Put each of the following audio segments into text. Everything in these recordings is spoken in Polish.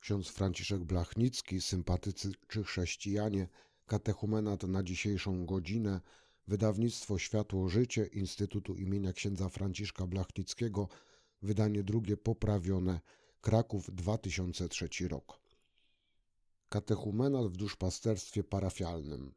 ksiądz Franciszek Blachnicki, sympatycy czy chrześcijanie, katechumenat na dzisiejszą godzinę, wydawnictwo Światło Życie Instytutu imienia księdza Franciszka Blachnickiego, wydanie drugie poprawione, Kraków 2003 rok. Katechumenat w duszpasterstwie parafialnym.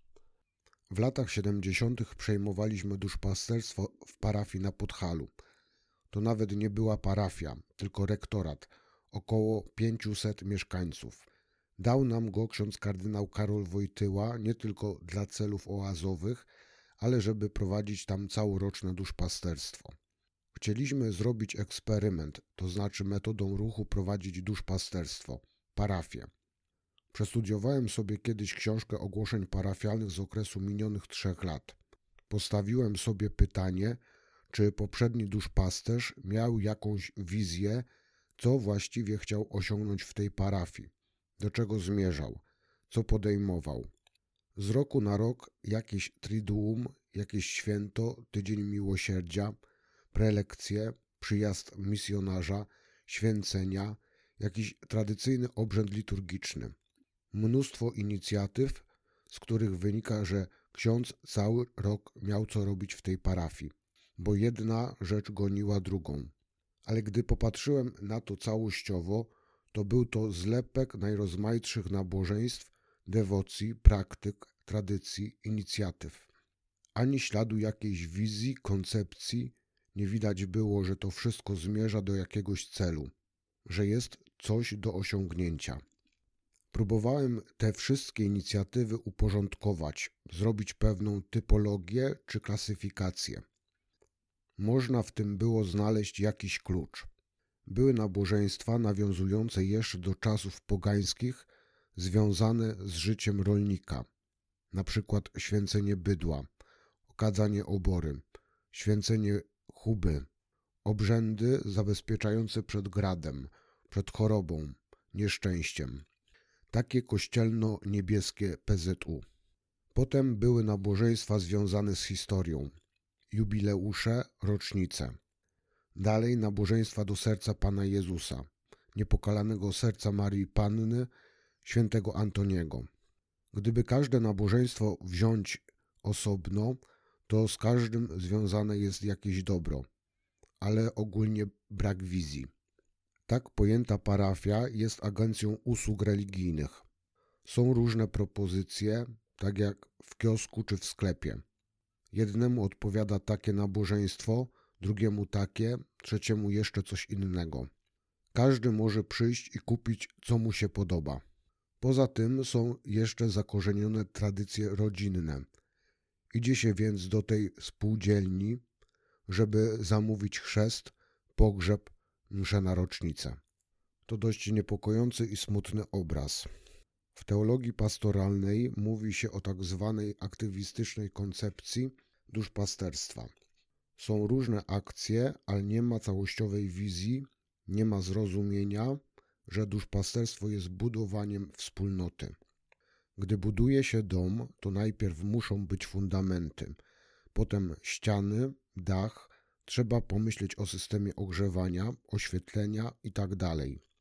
W latach 70. przejmowaliśmy duszpasterstwo w parafii na Podhalu. To nawet nie była parafia, tylko rektorat, około 500 mieszkańców. Dał nam go ksiądz kardynał Karol Wojtyła nie tylko dla celów oazowych, ale żeby prowadzić tam całoroczne duszpasterstwo. Chcieliśmy zrobić eksperyment, to znaczy metodą ruchu prowadzić duszpasterstwo, parafię. Przestudiowałem sobie kiedyś książkę ogłoszeń parafialnych z okresu minionych 3 lat. Postawiłem sobie pytanie, czy poprzedni duszpasterz miał jakąś wizję, co właściwie chciał osiągnąć w tej parafii, do czego zmierzał, co podejmował. Z roku na rok jakieś triduum, jakieś święto, tydzień miłosierdzia, prelekcje, przyjazd misjonarza, święcenia, jakiś tradycyjny obrzęd liturgiczny. Mnóstwo inicjatyw, z których wynika, że ksiądz cały rok miał co robić w tej parafii, bo jedna rzecz goniła drugą. Ale gdy popatrzyłem na to całościowo, to był to zlepek najrozmaitszych nabożeństw, dewocji, praktyk, tradycji, inicjatyw. Ani śladu jakiejś wizji, koncepcji, nie widać było, że to wszystko zmierza do jakiegoś celu, że jest coś do osiągnięcia. Próbowałem te wszystkie inicjatywy uporządkować, zrobić pewną typologię czy klasyfikację. Można w tym było znaleźć jakiś klucz. Były nabożeństwa nawiązujące jeszcze do czasów pogańskich, związane z życiem rolnika, na przykład święcenie bydła, okadzanie obory, święcenie chuby, obrzędy zabezpieczające przed gradem, przed chorobą, nieszczęściem. Takie kościelno-niebieskie PZU. Potem były nabożeństwa związane z historią, jubileusze, rocznice. Dalej nabożeństwa do serca Pana Jezusa, niepokalanego serca Marii Panny, świętego Antoniego. Gdyby każde nabożeństwo wziąć osobno, to z każdym związane jest jakieś dobro, ale ogólnie brak wizji. Tak pojęta parafia jest agencją usług religijnych. Są różne propozycje, tak jak w kiosku czy w sklepie. Jednemu odpowiada takie nabożeństwo, drugiemu takie, trzeciemu jeszcze coś innego. Każdy może przyjść i kupić, co mu się podoba. Poza tym są jeszcze zakorzenione tradycje rodzinne. Idzie się więc do tej spółdzielni, żeby zamówić chrzest, pogrzeb, mszę na rocznicę. To dość niepokojący i smutny obraz. W teologii pastoralnej mówi się o tak zwanej aktywistycznej koncepcji duszpasterstwa. Są różne akcje, ale nie ma całościowej wizji, nie ma zrozumienia, że duszpasterstwo jest budowaniem wspólnoty. Gdy buduje się dom, to najpierw muszą być fundamenty, potem ściany, dach, trzeba pomyśleć o systemie ogrzewania, oświetlenia itd.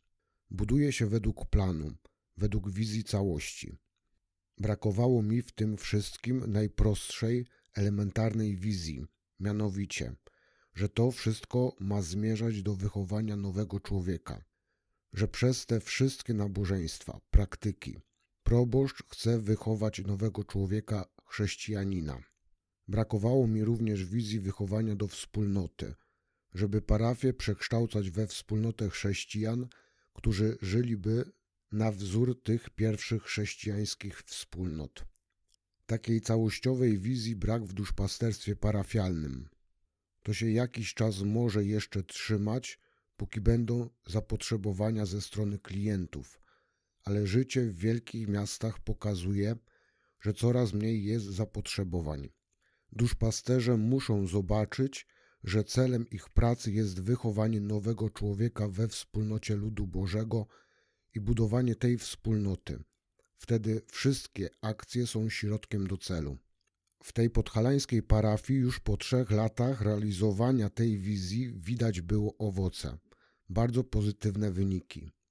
Buduje się według planu, według wizji całości. Brakowało mi w tym wszystkim najprostszej, elementarnej wizji, mianowicie, że to wszystko ma zmierzać do wychowania nowego człowieka, że przez te wszystkie nabożeństwa, praktyki, proboszcz chce wychować nowego człowieka, chrześcijanina. Brakowało mi również wizji wychowania do wspólnoty, żeby parafię przekształcać we wspólnotę chrześcijan, którzy żyliby na wzór tych pierwszych chrześcijańskich wspólnot. Takiej całościowej wizji brak w duszpasterstwie parafialnym. To się jakiś czas może jeszcze trzymać, póki będą zapotrzebowania ze strony klientów, ale życie w wielkich miastach pokazuje, że coraz mniej jest zapotrzebowań. Duszpasterze muszą zobaczyć, że celem ich pracy jest wychowanie nowego człowieka we wspólnocie ludu Bożego i budowanie tej wspólnoty. Wtedy wszystkie akcje są środkiem do celu. W tej podhalańskiej parafii już po 3 latach realizowania tej wizji widać było owoce, bardzo pozytywne wyniki.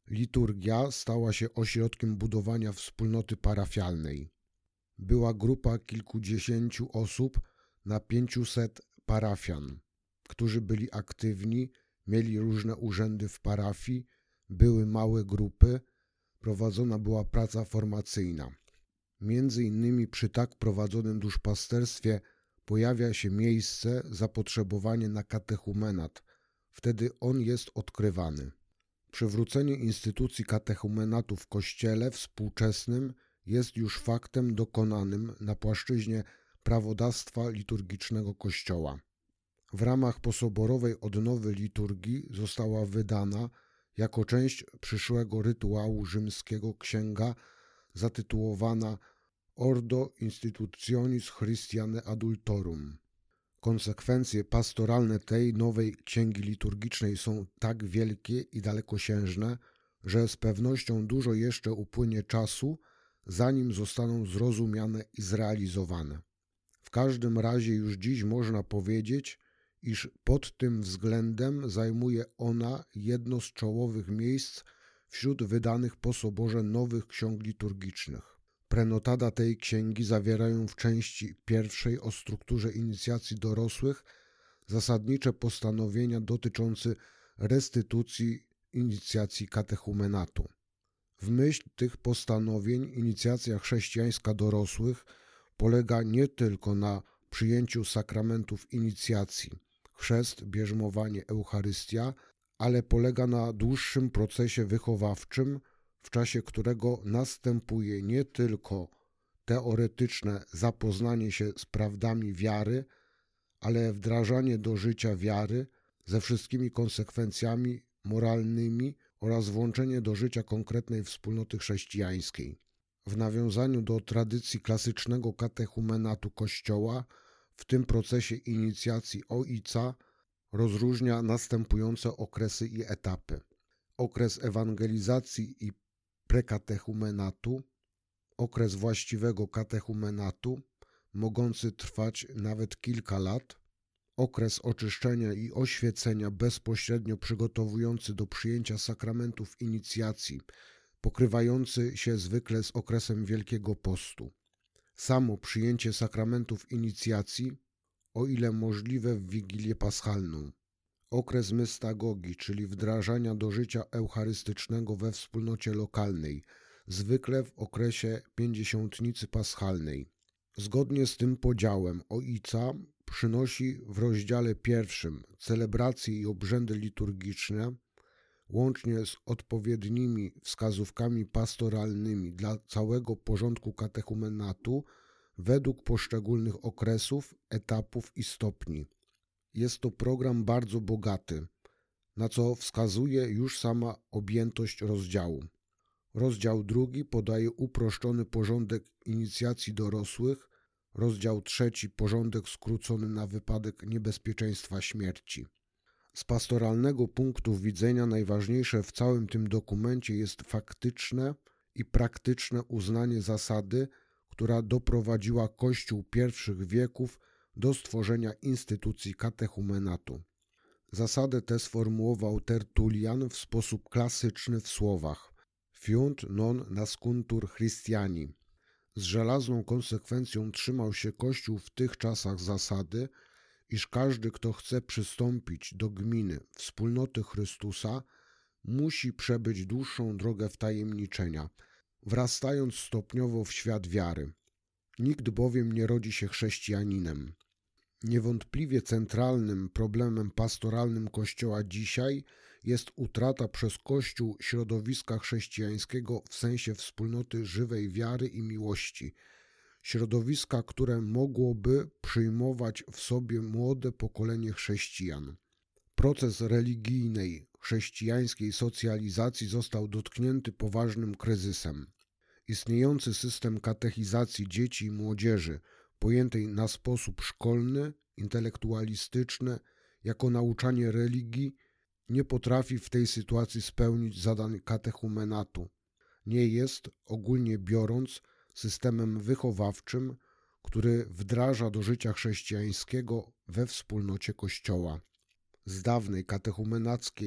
Liturgia stała się ośrodkiem budowania wspólnoty parafialnej. Była grupa kilkudziesięciu osób na 500 parafian, którzy byli aktywni, mieli różne urzędy w parafii, były małe grupy, prowadzona była praca formacyjna. Między innymi przy tak prowadzonym duszpasterstwie pojawia się miejsce, zapotrzebowanie na katechumenat. Wtedy on jest odkrywany. Przywrócenie instytucji katechumenatu w Kościele współczesnym jest już faktem dokonanym na płaszczyźnie prawodawstwa liturgicznego Kościoła. W ramach posoborowej odnowy liturgii została wydana jako część przyszłego rytuału rzymskiego księga zatytułowana Ordo Institutionis Christianae Adultorum. Konsekwencje pastoralne tej nowej księgi liturgicznej są tak wielkie i dalekosiężne, że z pewnością dużo jeszcze upłynie czasu, zanim zostaną zrozumiane i zrealizowane. W każdym razie już dziś można powiedzieć, iż pod tym względem zajmuje ona jedno z czołowych miejsc wśród wydanych po soborze nowych ksiąg liturgicznych. Prenotada tej księgi zawierają w części pierwszej o strukturze inicjacji dorosłych zasadnicze postanowienia dotyczące restytucji inicjacji katechumenatu. W myśl tych postanowień inicjacja chrześcijańska dorosłych polega nie tylko na przyjęciu sakramentów inicjacji, chrzest, bierzmowanie, Eucharystia, ale polega na dłuższym procesie wychowawczym, w czasie którego następuje nie tylko teoretyczne zapoznanie się z prawdami wiary, ale wdrażanie do życia wiary ze wszystkimi konsekwencjami moralnymi oraz włączenie do życia konkretnej wspólnoty chrześcijańskiej. W nawiązaniu do tradycji klasycznego katechumenatu Kościoła, w tym procesie inicjacji ojca rozróżnia następujące okresy i etapy. Okres ewangelizacji i prekatechumenatu, okres właściwego katechumenatu, mogący trwać nawet kilka lat, okres oczyszczenia i oświecenia bezpośrednio przygotowujący do przyjęcia sakramentów inicjacji, pokrywający się zwykle z okresem Wielkiego Postu. Samo przyjęcie sakramentów inicjacji, o ile możliwe w Wigilię Paschalną. Okres mystagogi, czyli wdrażania do życia eucharystycznego we wspólnocie lokalnej, zwykle w okresie Pięćdziesiątnicy Paschalnej. Zgodnie z tym podziałem ojca przynosi w rozdziale pierwszym celebracje i obrzędy liturgiczne, łącznie z odpowiednimi wskazówkami pastoralnymi dla całego porządku katechumenatu według poszczególnych okresów, etapów i stopni. Jest to program bardzo bogaty, na co wskazuje już sama objętość rozdziału. Rozdział drugi podaje uproszczony porządek inicjacji dorosłych, rozdział trzeci porządek skrócony na wypadek niebezpieczeństwa śmierci. Z pastoralnego punktu widzenia najważniejsze w całym tym dokumencie jest faktyczne i praktyczne uznanie zasady, która doprowadziła Kościół pierwszych wieków do stworzenia instytucji katechumenatu. Zasadę tę sformułował Tertullian w sposób klasyczny w słowach Fiunt non nascuntur Christiani. Z żelazną konsekwencją trzymał się Kościół w tych czasach zasady, iż każdy, kto chce przystąpić do gminy wspólnoty Chrystusa, musi przebyć dłuższą drogę wtajemniczenia, wrastając stopniowo w świat wiary. Nikt bowiem nie rodzi się chrześcijaninem. Niewątpliwie centralnym problemem pastoralnym Kościoła dzisiaj jest utrata przez Kościół środowiska chrześcijańskiego w sensie wspólnoty żywej wiary i miłości, środowiska, które mogłoby przyjmować w sobie młode pokolenie chrześcijan. Proces religijnej, chrześcijańskiej socjalizacji został dotknięty poważnym kryzysem. Istniejący system katechizacji dzieci i młodzieży, pojętej na sposób szkolny, intelektualistyczny, jako nauczanie religii, nie potrafi w tej sytuacji spełnić zadań katechumenatu. Nie jest, ogólnie biorąc, systemem wychowawczym, który wdraża do życia chrześcijańskiego we wspólnocie Kościoła. Z dawnej katechumenackiej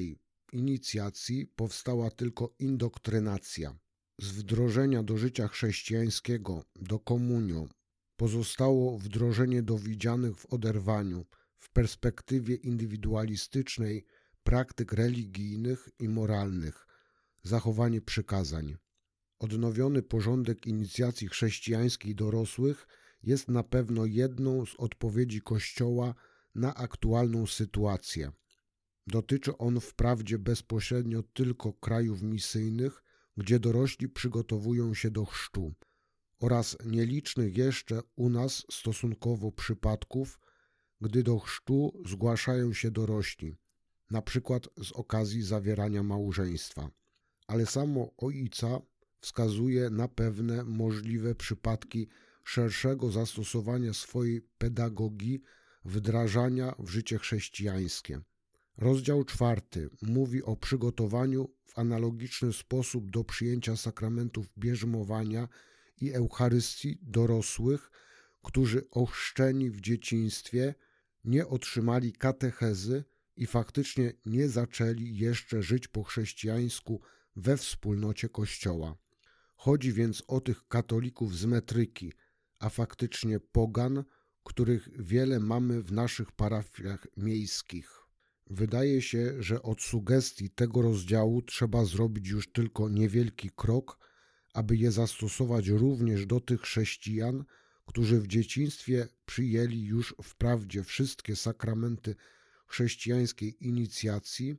inicjacji powstała tylko indoktrynacja. Z wdrożenia do życia chrześcijańskiego, do komunio, pozostało wdrożenie do widzianych w oderwaniu, w perspektywie indywidualistycznej praktyk religijnych i moralnych, zachowanie przykazań. Odnowiony porządek inicjacji chrześcijańskiej dorosłych jest na pewno jedną z odpowiedzi Kościoła na aktualną sytuację. Dotyczy on wprawdzie bezpośrednio tylko krajów misyjnych, gdzie dorośli przygotowują się do chrztu, oraz nielicznych jeszcze u nas stosunkowo przypadków, gdy do chrztu zgłaszają się dorośli, na przykład z okazji zawierania małżeństwa. Ale samo Ojca wskazuje na pewne możliwe przypadki szerszego zastosowania swojej pedagogii, wdrażania w życie chrześcijańskie. Rozdział 4 mówi o przygotowaniu w analogiczny sposób do przyjęcia sakramentów bierzmowania i Eucharystii dorosłych, którzy ochrzczeni w dzieciństwie nie otrzymali katechezy i faktycznie nie zaczęli jeszcze żyć po chrześcijańsku we wspólnocie Kościoła. Chodzi więc o tych katolików z metryki, a faktycznie pogan, których wiele mamy w naszych parafiach miejskich. Wydaje się, że od sugestii tego rozdziału trzeba zrobić już tylko niewielki krok, aby je zastosować również do tych chrześcijan, którzy w dzieciństwie przyjęli już wprawdzie wszystkie sakramenty chrześcijańskiej inicjacji,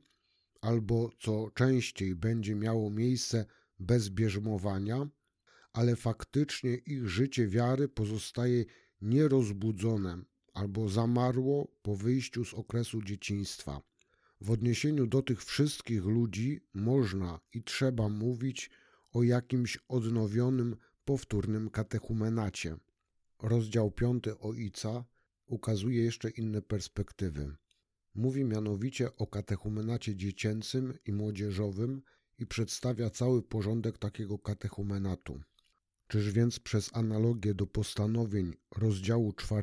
albo co częściej będzie miało miejsce bez bierzmowania, ale faktycznie ich życie wiary pozostaje nierozbudzone albo zamarło po wyjściu z okresu dzieciństwa. W odniesieniu do tych wszystkich ludzi można i trzeba mówić o jakimś odnowionym, powtórnym katechumenacie. Rozdział 5 Ojca ukazuje jeszcze inne perspektywy. Mówi mianowicie o katechumenacie dziecięcym i młodzieżowym i przedstawia cały porządek takiego katechumenatu. Czyż więc przez analogię do postanowień rozdziału 4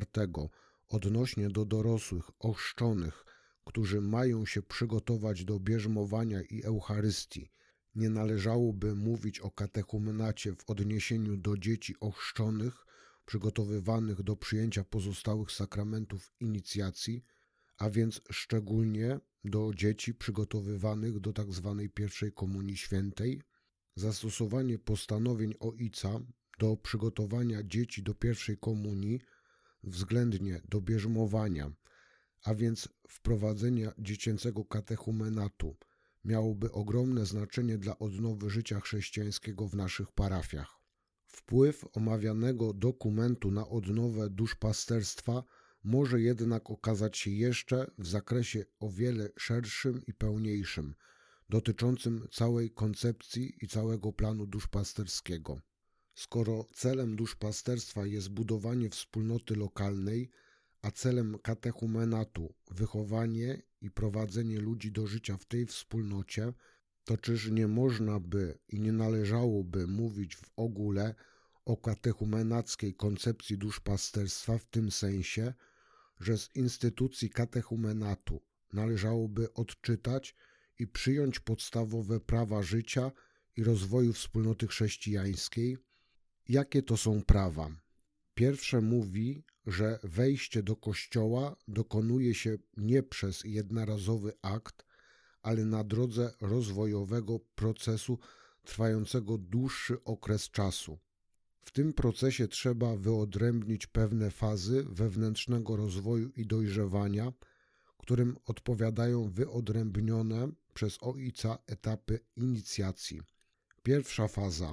odnośnie do dorosłych ochrzczonych, którzy mają się przygotować do bierzmowania i Eucharystii, nie należałoby mówić o katechumenacie w odniesieniu do dzieci ochrzczonych, przygotowywanych do przyjęcia pozostałych sakramentów inicjacji, a więc szczególnie do dzieci przygotowywanych do tzw. pierwszej komunii świętej? Zastosowanie postanowień Ojca do przygotowania dzieci do pierwszej komunii względnie do bierzmowania, a więc wprowadzenia dziecięcego katechumenatu, miałoby ogromne znaczenie dla odnowy życia chrześcijańskiego w naszych parafiach. Wpływ omawianego dokumentu na odnowę duszpasterstwa może jednak okazać się jeszcze w zakresie o wiele szerszym i pełniejszym, dotyczącym całej koncepcji i całego planu duszpasterskiego. Skoro celem duszpasterstwa jest budowanie wspólnoty lokalnej, a celem katechumenatu wychowanie i prowadzenie ludzi do życia w tej wspólnocie, to czyż nie można by i nie należałoby mówić w ogóle o katechumenackiej koncepcji duszpasterstwa w tym sensie, że z instytucji katechumenatu należałoby odczytać i przyjąć podstawowe prawa życia i rozwoju wspólnoty chrześcijańskiej? Jakie to są prawa? Pierwsze mówi, że wejście do Kościoła dokonuje się nie przez jednorazowy akt, ale na drodze rozwojowego procesu trwającego dłuższy okres czasu. W tym procesie trzeba wyodrębnić pewne fazy wewnętrznego rozwoju i dojrzewania, którym odpowiadają wyodrębnione przez Ojca etapy inicjacji. Pierwsza faza,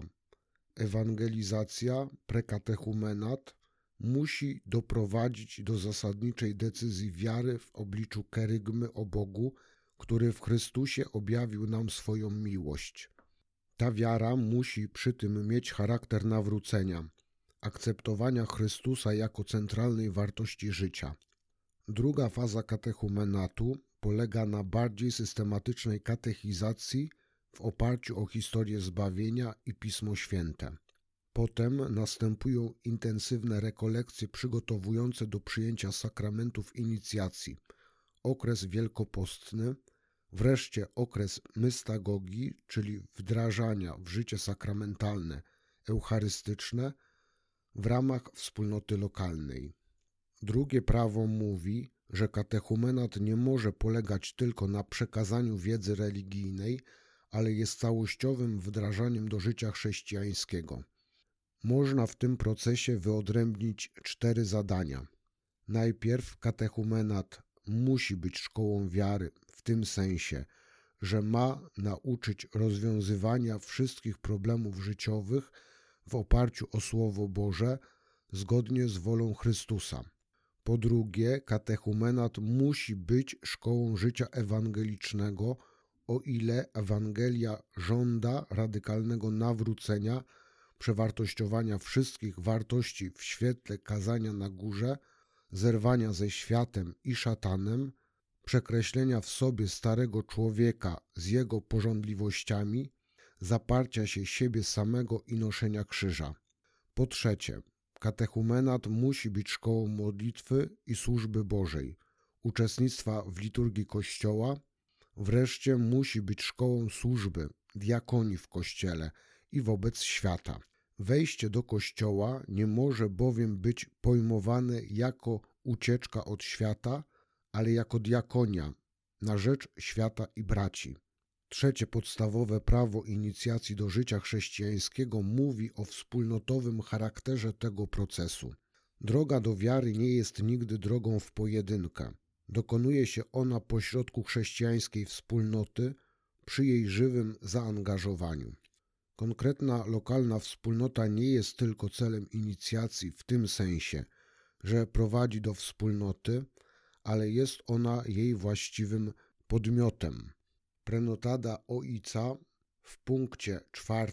ewangelizacja, prekatechumenat, musi doprowadzić do zasadniczej decyzji wiary w obliczu kerygmy o Bogu, który w Chrystusie objawił nam swoją miłość. Ta wiara musi przy tym mieć charakter nawrócenia, akceptowania Chrystusa jako centralnej wartości życia. Druga faza katechumenatu polega na bardziej systematycznej katechizacji w oparciu o historię zbawienia i Pismo Święte. Potem następują intensywne rekolekcje przygotowujące do przyjęcia sakramentów inicjacji, okres wielkopostny, Wreszcie okres mystagogii, czyli wdrażania w życie sakramentalne, eucharystyczne w ramach wspólnoty lokalnej. Drugie prawo mówi, że katechumenat nie może polegać tylko na przekazaniu wiedzy religijnej, ale jest całościowym wdrażaniem do życia chrześcijańskiego. Można w tym procesie wyodrębnić 4 zadania. Najpierw katechumenat musi być szkołą wiary w tym sensie, że ma nauczyć rozwiązywania wszystkich problemów życiowych w oparciu o Słowo Boże zgodnie z wolą Chrystusa. Po drugie, katechumenat musi być szkołą życia ewangelicznego, o ile Ewangelia żąda radykalnego nawrócenia, przewartościowania wszystkich wartości w świetle kazania na górze, zerwania ze światem i szatanem, przekreślenia w sobie starego człowieka z jego pożądliwościami, zaparcia się siebie samego i noszenia krzyża. Po trzecie, katechumenat musi być szkołą modlitwy i służby Bożej, uczestnictwa w liturgii Kościoła, wreszcie musi być szkołą służby, diakonii w Kościele i wobec świata. Wejście do Kościoła nie może bowiem być pojmowane jako ucieczka od świata, ale jako diakonia na rzecz świata i braci. Trzecie podstawowe prawo inicjacji do życia chrześcijańskiego mówi o wspólnotowym charakterze tego procesu. Droga do wiary nie jest nigdy drogą w pojedynkę. Dokonuje się ona pośrodku chrześcijańskiej wspólnoty przy jej żywym zaangażowaniu. Konkretna lokalna wspólnota nie jest tylko celem inicjacji w tym sensie, że prowadzi do wspólnoty, ale jest ona jej właściwym podmiotem. Prenotada Ojca w punkcie 4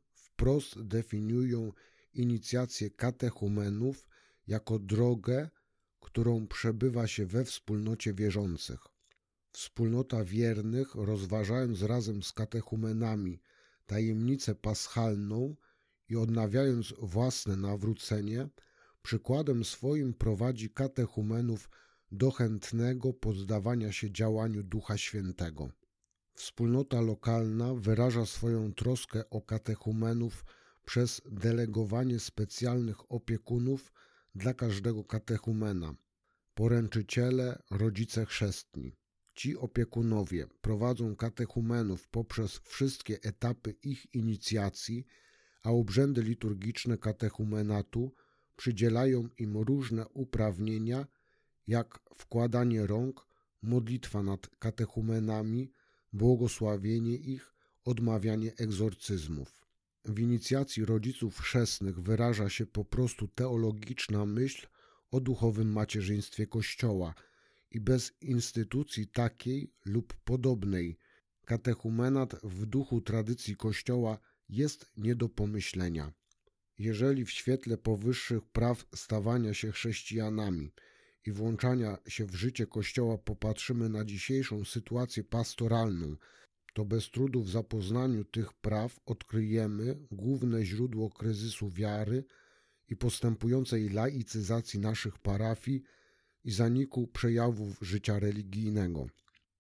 wprost definiują inicjację katechumenów jako drogę, którą przebywa się we wspólnocie wierzących. Wspólnota wiernych, rozważając razem z katechumenami tajemnicę paschalną i odnawiając własne nawrócenie, przykładem swoim prowadzi katechumenów do chętnego poddawania się działaniu Ducha Świętego. Wspólnota lokalna wyraża swoją troskę o katechumenów przez delegowanie specjalnych opiekunów dla każdego katechumena, poręczyciele, rodzice chrzestni. Ci opiekunowie prowadzą katechumenów poprzez wszystkie etapy ich inicjacji, a obrzędy liturgiczne katechumenatu przydzielają im różne uprawnienia, jak wkładanie rąk, modlitwa nad katechumenami, błogosławienie ich, odmawianie egzorcyzmów. W inicjacji rodziców chrzestnych wyraża się po prostu teologiczna myśl o duchowym macierzyństwie Kościoła i bez instytucji takiej lub podobnej katechumenat w duchu tradycji Kościoła jest nie do pomyślenia. Jeżeli w świetle powyższych praw stawania się chrześcijanami i włączania się w życie Kościoła popatrzymy na dzisiejszą sytuację pastoralną, to bez trudu w zapoznaniu tych praw odkryjemy główne źródło kryzysu wiary i postępującej laicyzacji naszych parafii i zaniku przejawów życia religijnego.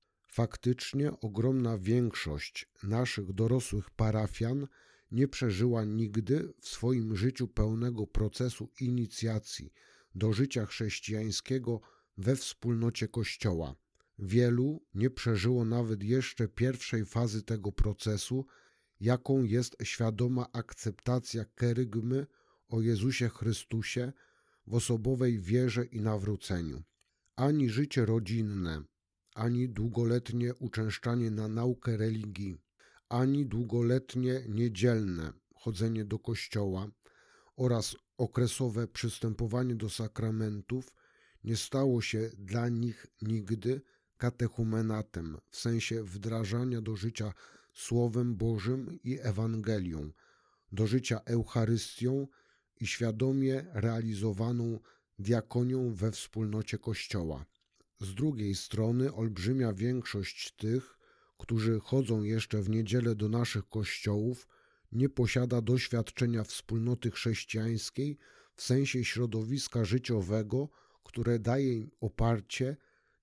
Faktycznie ogromna większość naszych dorosłych parafian nie przeżyła nigdy w swoim życiu pełnego procesu inicjacji do życia chrześcijańskiego we wspólnocie Kościoła. Wielu nie przeżyło nawet jeszcze pierwszej fazy tego procesu, jaką jest świadoma akceptacja kerygmy o Jezusie Chrystusie w osobowej wierze i nawróceniu. Ani życie rodzinne, ani długoletnie uczęszczanie na naukę religii, ani długoletnie niedzielne chodzenie do kościoła oraz okresowe przystępowanie do sakramentów nie stało się dla nich nigdy katechumenatem w sensie wdrażania do życia Słowem Bożym i Ewangelią, do życia Eucharystią i świadomie realizowaną diakonią we wspólnocie Kościoła. Z drugiej strony olbrzymia większość tych, którzy chodzą jeszcze w niedzielę do naszych kościołów, nie posiada doświadczenia wspólnoty chrześcijańskiej w sensie środowiska życiowego, które daje im oparcie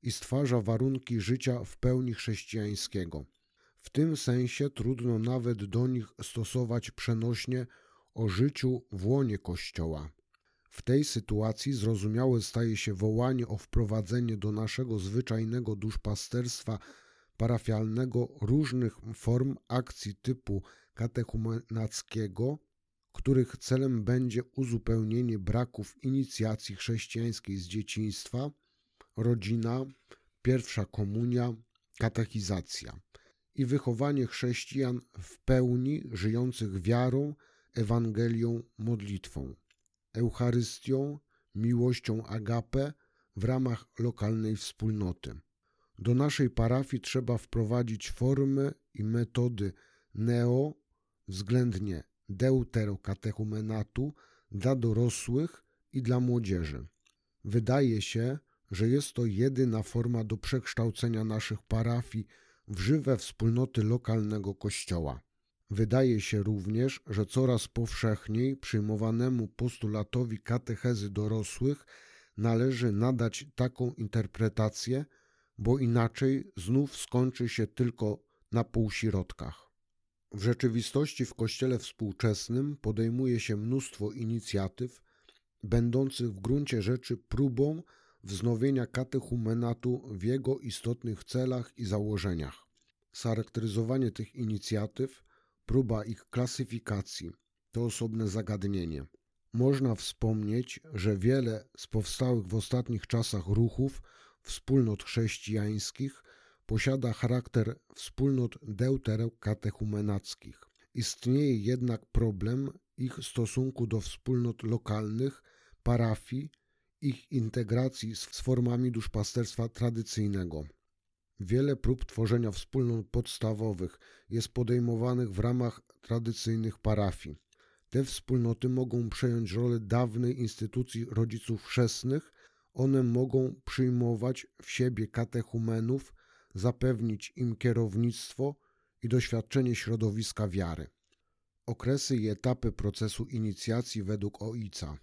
i stwarza warunki życia w pełni chrześcijańskiego. W tym sensie trudno nawet do nich stosować przenośnie o życiu w łonie Kościoła. W tej sytuacji zrozumiałe staje się wołanie o wprowadzenie do naszego zwyczajnego duszpasterstwa parafialnego różnych form akcji typu katechumenackiego, których celem będzie uzupełnienie braków inicjacji chrześcijańskiej z dzieciństwa, rodzina, pierwsza komunia, katechizacja i wychowanie chrześcijan w pełni żyjących wiarą, Ewangelią, modlitwą, Eucharystią, miłością agape w ramach lokalnej wspólnoty. Do naszej parafii trzeba wprowadzić formy i metody względnie deuterokatechumenatu dla dorosłych i dla młodzieży. Wydaje się, że jest to jedyna forma do przekształcenia naszych parafii w żywe wspólnoty lokalnego Kościoła. Wydaje się również, że coraz powszechniej przyjmowanemu postulatowi katechezy dorosłych należy nadać taką interpretację, bo inaczej znów skończy się tylko na półśrodkach. W rzeczywistości w Kościele współczesnym podejmuje się mnóstwo inicjatyw, będących w gruncie rzeczy próbą wznowienia katechumenatu w jego istotnych celach i założeniach. Scharakteryzowanie tych inicjatyw, próba ich klasyfikacji to osobne zagadnienie. Można wspomnieć, że wiele z powstałych w ostatnich czasach ruchów wspólnot chrześcijańskich posiada charakter wspólnot deuterokatechumenackich. Istnieje jednak problem ich stosunku do wspólnot lokalnych, parafii, ich integracji z formami duszpasterstwa tradycyjnego. Wiele prób tworzenia wspólnot podstawowych jest podejmowanych w ramach tradycyjnych parafii. Te wspólnoty mogą przejąć rolę dawnej instytucji rodziców chrzestnych, one mogą przyjmować w siebie katechumenów, zapewnić im kierownictwo i doświadczenie środowiska wiary. Okresy i etapy procesu inicjacji według ojca.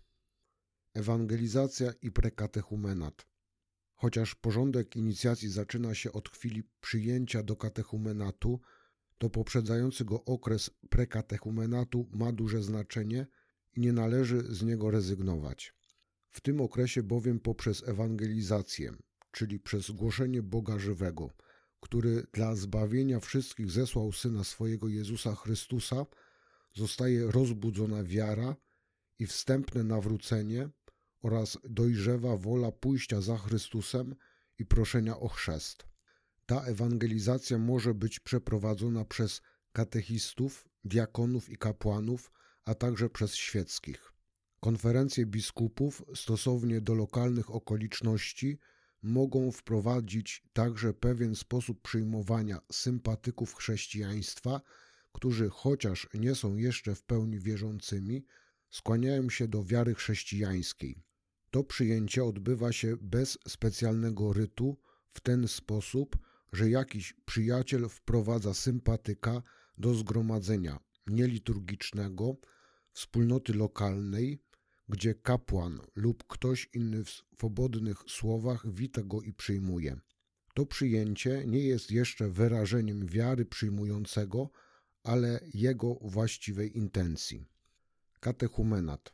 Ewangelizacja i prekatechumenat. Chociaż porządek inicjacji zaczyna się od chwili przyjęcia do katechumenatu, to poprzedzający go okres prekatechumenatu ma duże znaczenie i nie należy z niego rezygnować. W tym okresie bowiem poprzez ewangelizację, czyli przez głoszenie Boga żywego, który dla zbawienia wszystkich zesłał Syna swojego Jezusa Chrystusa, zostaje rozbudzona wiara i wstępne nawrócenie oraz dojrzewa wola pójścia za Chrystusem i proszenia o chrzest. Ta ewangelizacja może być przeprowadzona przez katechistów, diakonów i kapłanów, a także przez świeckich. Konferencje biskupów stosownie do lokalnych okoliczności mogą wprowadzić także pewien sposób przyjmowania sympatyków chrześcijaństwa, którzy chociaż nie są jeszcze w pełni wierzącymi, skłaniają się do wiary chrześcijańskiej. To przyjęcie odbywa się bez specjalnego rytu w ten sposób, że jakiś przyjaciel wprowadza sympatyka do zgromadzenia nieliturgicznego, wspólnoty lokalnej, gdzie kapłan lub ktoś inny w swobodnych słowach wita go i przyjmuje. To przyjęcie nie jest jeszcze wyrażeniem wiary przyjmującego, ale jego właściwej intencji. Katechumenat.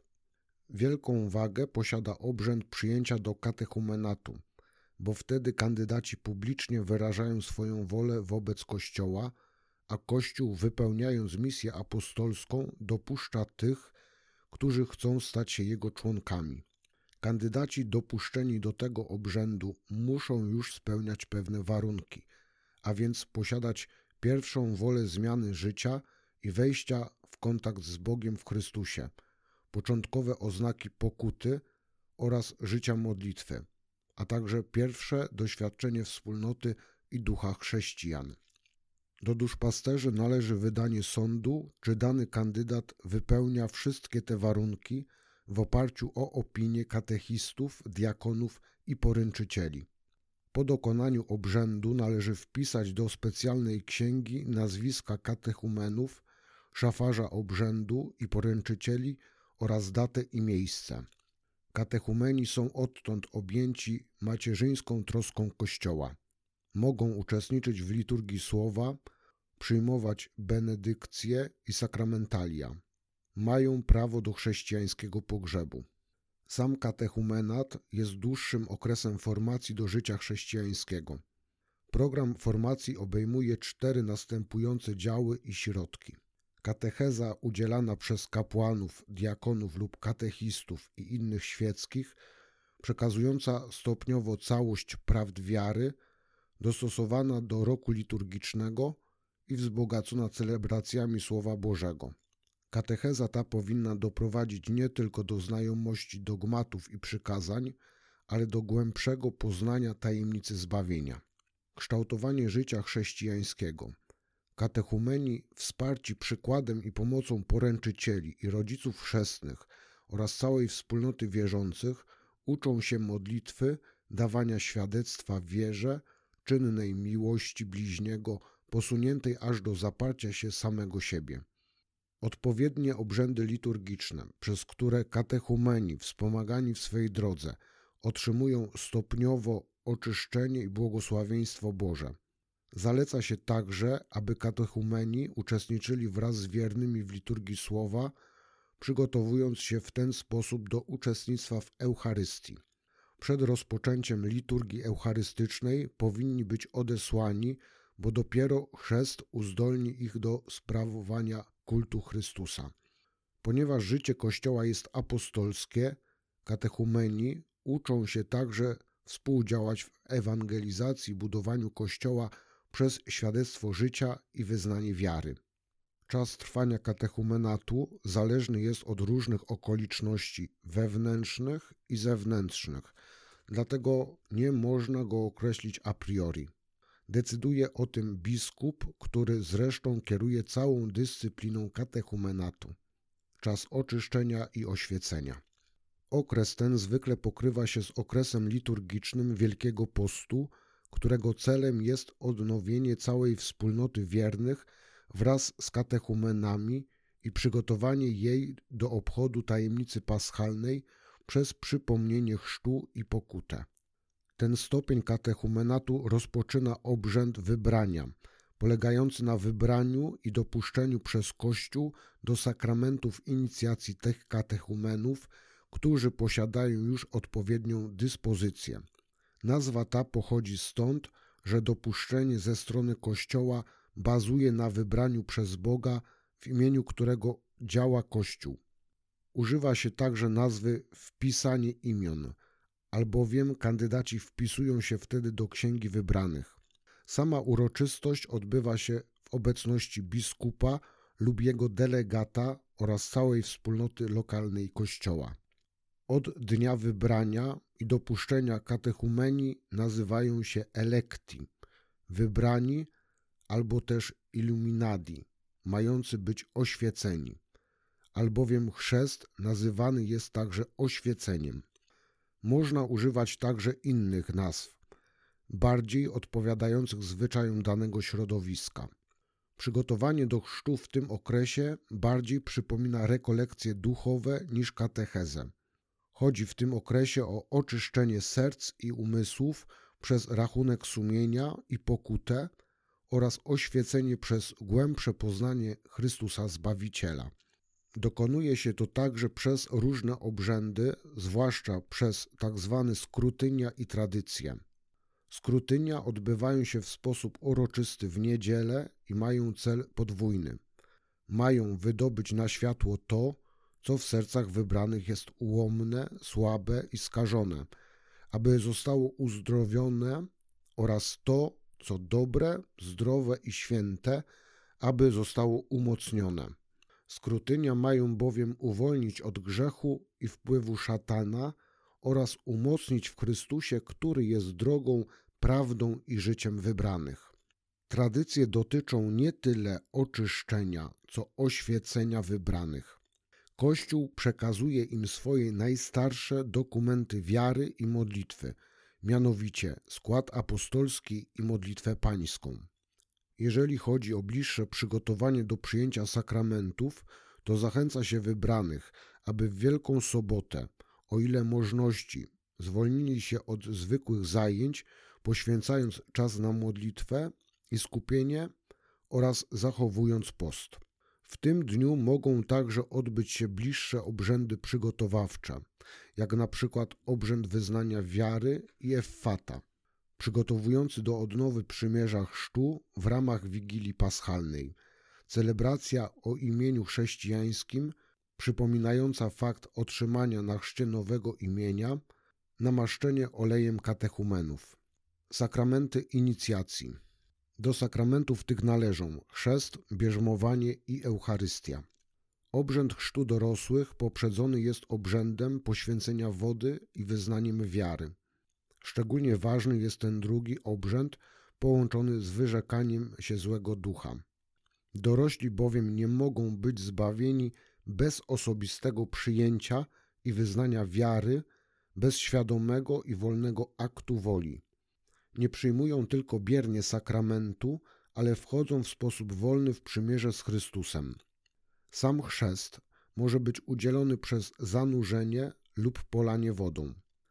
Wielką wagę posiada obrzęd przyjęcia do katechumenatu, bo wtedy kandydaci publicznie wyrażają swoją wolę wobec Kościoła, a Kościół, wypełniając misję apostolską, dopuszcza tych, którzy chcą stać się jego członkami. Kandydaci dopuszczeni do tego obrzędu muszą już spełniać pewne warunki, a więc posiadać pierwszą wolę zmiany życia i wejścia w kontakt z Bogiem w Chrystusie, początkowe oznaki pokuty oraz życia modlitwy, a także pierwsze doświadczenie wspólnoty i ducha chrześcijan. Do duszpasterzy należy wydanie sądu, czy dany kandydat wypełnia wszystkie te warunki w oparciu o opinię katechistów, diakonów i poręczycieli. Po dokonaniu obrzędu należy wpisać do specjalnej księgi nazwiska katechumenów, szafarza obrzędu i poręczycieli oraz datę i miejsce. Katechumeni są odtąd objęci macierzyńską troską Kościoła. Mogą uczestniczyć w liturgii słowa, przyjmować benedykcje i sakramentalia. Mają prawo do chrześcijańskiego pogrzebu. Sam katechumenat jest dłuższym okresem formacji do życia chrześcijańskiego. Program formacji obejmuje 4 następujące działy i środki. Katecheza udzielana przez kapłanów, diakonów lub katechistów i innych świeckich, przekazująca stopniowo całość prawd wiary, dostosowana do roku liturgicznego i wzbogacona celebracjami Słowa Bożego. Katecheza ta powinna doprowadzić nie tylko do znajomości dogmatów i przykazań, ale do głębszego poznania tajemnicy zbawienia. Kształtowanie życia chrześcijańskiego. Katechumeni, wsparci przykładem i pomocą poręczycieli i rodziców chrzestnych oraz całej wspólnoty wierzących, uczą się modlitwy, dawania świadectwa w wierze, czynnej miłości bliźniego, posuniętej aż do zaparcia się samego siebie. Odpowiednie obrzędy liturgiczne, przez które katechumeni, wspomagani w swej drodze, otrzymują stopniowo oczyszczenie i błogosławieństwo Boże. Zaleca się także, aby katechumeni uczestniczyli wraz z wiernymi w liturgii słowa, przygotowując się w ten sposób do uczestnictwa w Eucharystii. Przed rozpoczęciem liturgii eucharystycznej powinni być odesłani, bo dopiero chrzest uzdolni ich do sprawowania kultu Chrystusa. Ponieważ życie Kościoła jest apostolskie, katechumeni uczą się także współdziałać w ewangelizacji, budowaniu Kościoła przez świadectwo życia i wyznanie wiary. Czas trwania katechumenatu zależny jest od różnych okoliczności wewnętrznych i zewnętrznych, dlatego nie można go określić a priori. Decyduje o tym biskup, który zresztą kieruje całą dyscypliną katechumenatu. Czas oczyszczenia i oświecenia. Okres ten zwykle pokrywa się z okresem liturgicznym Wielkiego Postu, którego celem jest odnowienie całej wspólnoty wiernych wraz z katechumenami i przygotowanie jej do obchodu tajemnicy paschalnej przez przypomnienie chrztu i pokutę. Ten stopień katechumenatu rozpoczyna obrzęd wybrania, polegający na wybraniu i dopuszczeniu przez Kościół do sakramentów inicjacji tych katechumenów, którzy posiadają już odpowiednią dyspozycję. Nazwa ta pochodzi stąd, że dopuszczenie ze strony Kościoła bazuje na wybraniu przez Boga, w imieniu którego działa Kościół. Używa się także nazwy wpisanie imion, albowiem kandydaci wpisują się wtedy do księgi wybranych. Sama uroczystość odbywa się w obecności biskupa lub jego delegata oraz całej wspólnoty lokalnej Kościoła. Od dnia wybrania i dopuszczenia katechumeni nazywają się electi, wybrani albo też illuminati, mający być oświeceni, albowiem chrzest nazywany jest także oświeceniem. Można używać także innych nazw, bardziej odpowiadających zwyczajom danego środowiska. Przygotowanie do chrztu w tym okresie bardziej przypomina rekolekcje duchowe niż katechezę. Chodzi w tym okresie o oczyszczenie serc i umysłów przez rachunek sumienia i pokutę oraz oświecenie przez głębsze poznanie Chrystusa Zbawiciela. Dokonuje się to także przez różne obrzędy, zwłaszcza przez tzw. skrutynia i tradycje. Skrutynia odbywają się w sposób uroczysty w niedzielę i mają cel podwójny. Mają wydobyć na światło to, co w sercach wybranych jest ułomne, słabe i skażone, aby zostało uzdrowione, oraz to, co dobre, zdrowe i święte, aby zostało umocnione. Skrutynia mają bowiem uwolnić od grzechu i wpływu szatana oraz umocnić w Chrystusie, który jest drogą, prawdą i życiem wybranych. Tradycje dotyczą nie tyle oczyszczenia, co oświecenia wybranych. Kościół przekazuje im swoje najstarsze dokumenty wiary i modlitwy, mianowicie skład apostolski i modlitwę pańską. Jeżeli chodzi o bliższe przygotowanie do przyjęcia sakramentów, to zachęca się wybranych, aby w Wielką Sobotę o ile możności, zwolnili się od zwykłych zajęć, poświęcając czas na modlitwę i skupienie oraz zachowując post. W tym dniu mogą także odbyć się bliższe obrzędy przygotowawcze, jak na przykład obrzęd wyznania wiary i Effata, przygotowujący do odnowy przymierza chrztu w ramach Wigilii Paschalnej, celebracja o imieniu chrześcijańskim przypominająca fakt otrzymania na chrzcie nowego imienia, namaszczenie olejem katechumenów. Sakramenty inicjacji. Do sakramentów tych należą chrzest, bierzmowanie i Eucharystia. Obrzęd chrztu dorosłych poprzedzony jest obrzędem poświęcenia wody i wyznaniem wiary. Szczególnie ważny jest ten drugi obrzęd połączony z wyrzekaniem się złego ducha. Dorośli bowiem nie mogą być zbawieni bez osobistego przyjęcia i wyznania wiary, bez świadomego i wolnego aktu woli. Nie przyjmują tylko biernie sakramentu, ale wchodzą w sposób wolny w przymierze z Chrystusem. Sam chrzest może być udzielony przez zanurzenie lub polanie wodą.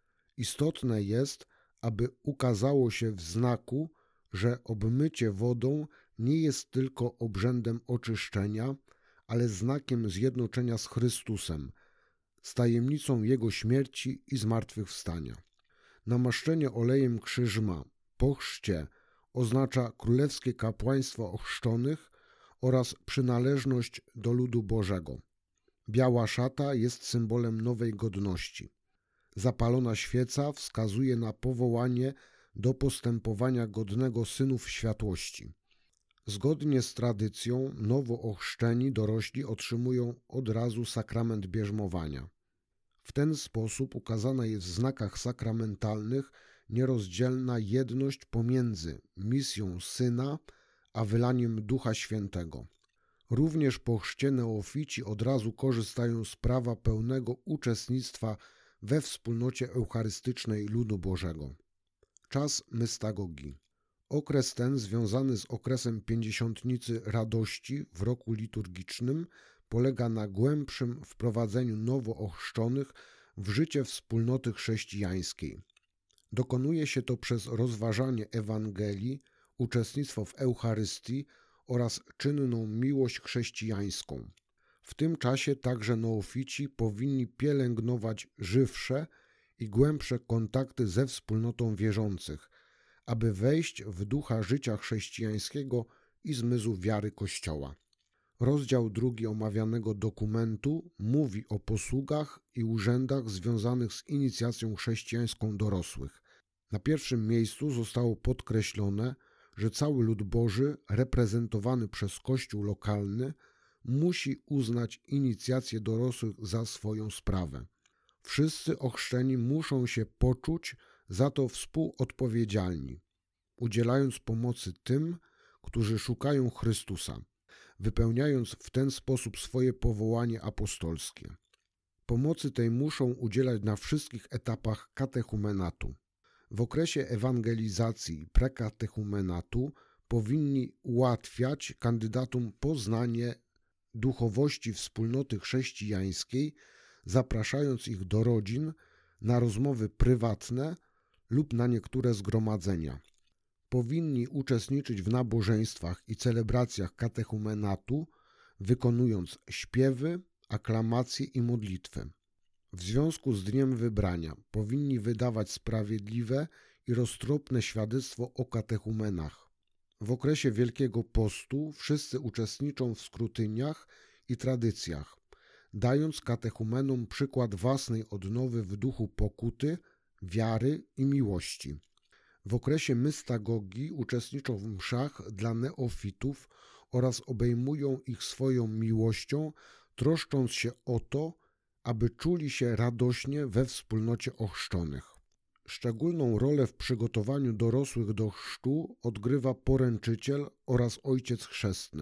Istotne jest, aby ukazało się w znaku, że obmycie wodą nie jest tylko obrzędem oczyszczenia, ale znakiem zjednoczenia z Chrystusem, z tajemnicą Jego śmierci i zmartwychwstania. Namaszczenie olejem krzyżma po chrzcie oznacza królewskie kapłaństwo ochrzczonych oraz przynależność do ludu Bożego. Biała szata jest symbolem nowej godności. Zapalona świeca wskazuje na powołanie do postępowania godnego synów światłości. Zgodnie z tradycją nowo ochrzczeni dorośli otrzymują od razu sakrament bierzmowania. W ten sposób ukazana jest w znakach sakramentalnych nierozdzielna jedność pomiędzy misją Syna a wylaniem Ducha Świętego. Również po chrzcie neofici od razu korzystają z prawa pełnego uczestnictwa we wspólnocie eucharystycznej ludu Bożego. Czas mystagogii. Okres ten związany z okresem pięćdziesiątnicy radości w roku liturgicznym polega na głębszym wprowadzeniu nowo ochrzczonych w życie wspólnoty chrześcijańskiej. Dokonuje się to przez rozważanie Ewangelii, uczestnictwo w Eucharystii oraz czynną miłość chrześcijańską. W tym czasie także neofici powinni pielęgnować żywsze i głębsze kontakty ze wspólnotą wierzących, aby wejść w ducha życia chrześcijańskiego i zmysł wiary Kościoła. Rozdział 2 omawianego dokumentu mówi o posługach i urzędach związanych z inicjacją chrześcijańską dorosłych. Na pierwszym miejscu zostało podkreślone, że cały lud Boży, reprezentowany przez Kościół lokalny, musi uznać inicjację dorosłych za swoją sprawę. Wszyscy ochrzczeni muszą się poczuć za to współodpowiedzialni, udzielając pomocy tym, którzy szukają Chrystusa, wypełniając w ten sposób swoje powołanie apostolskie. Pomocy tej muszą udzielać na wszystkich etapach katechumenatu. W okresie ewangelizacji i prekatechumenatu powinni ułatwiać kandydatom poznanie duchowości wspólnoty chrześcijańskiej, zapraszając ich do rodzin na rozmowy prywatne lub na niektóre zgromadzenia. Powinni uczestniczyć w nabożeństwach i celebracjach katechumenatu, wykonując śpiewy, aklamacje i modlitwy. W związku z dniem wybrania powinni wydawać sprawiedliwe i roztropne świadectwo o katechumenach. W okresie Wielkiego Postu wszyscy uczestniczą w skrutyniach i tradycjach, dając katechumenom przykład własnej odnowy w duchu pokuty, wiary i miłości. W okresie mystagogii uczestniczą w mszach dla neofitów oraz obejmują ich swoją miłością, troszcząc się o to, aby czuli się radośnie we wspólnocie ochrzczonych. Szczególną rolę w przygotowaniu dorosłych do chrztu odgrywa poręczyciel oraz ojciec chrzestny.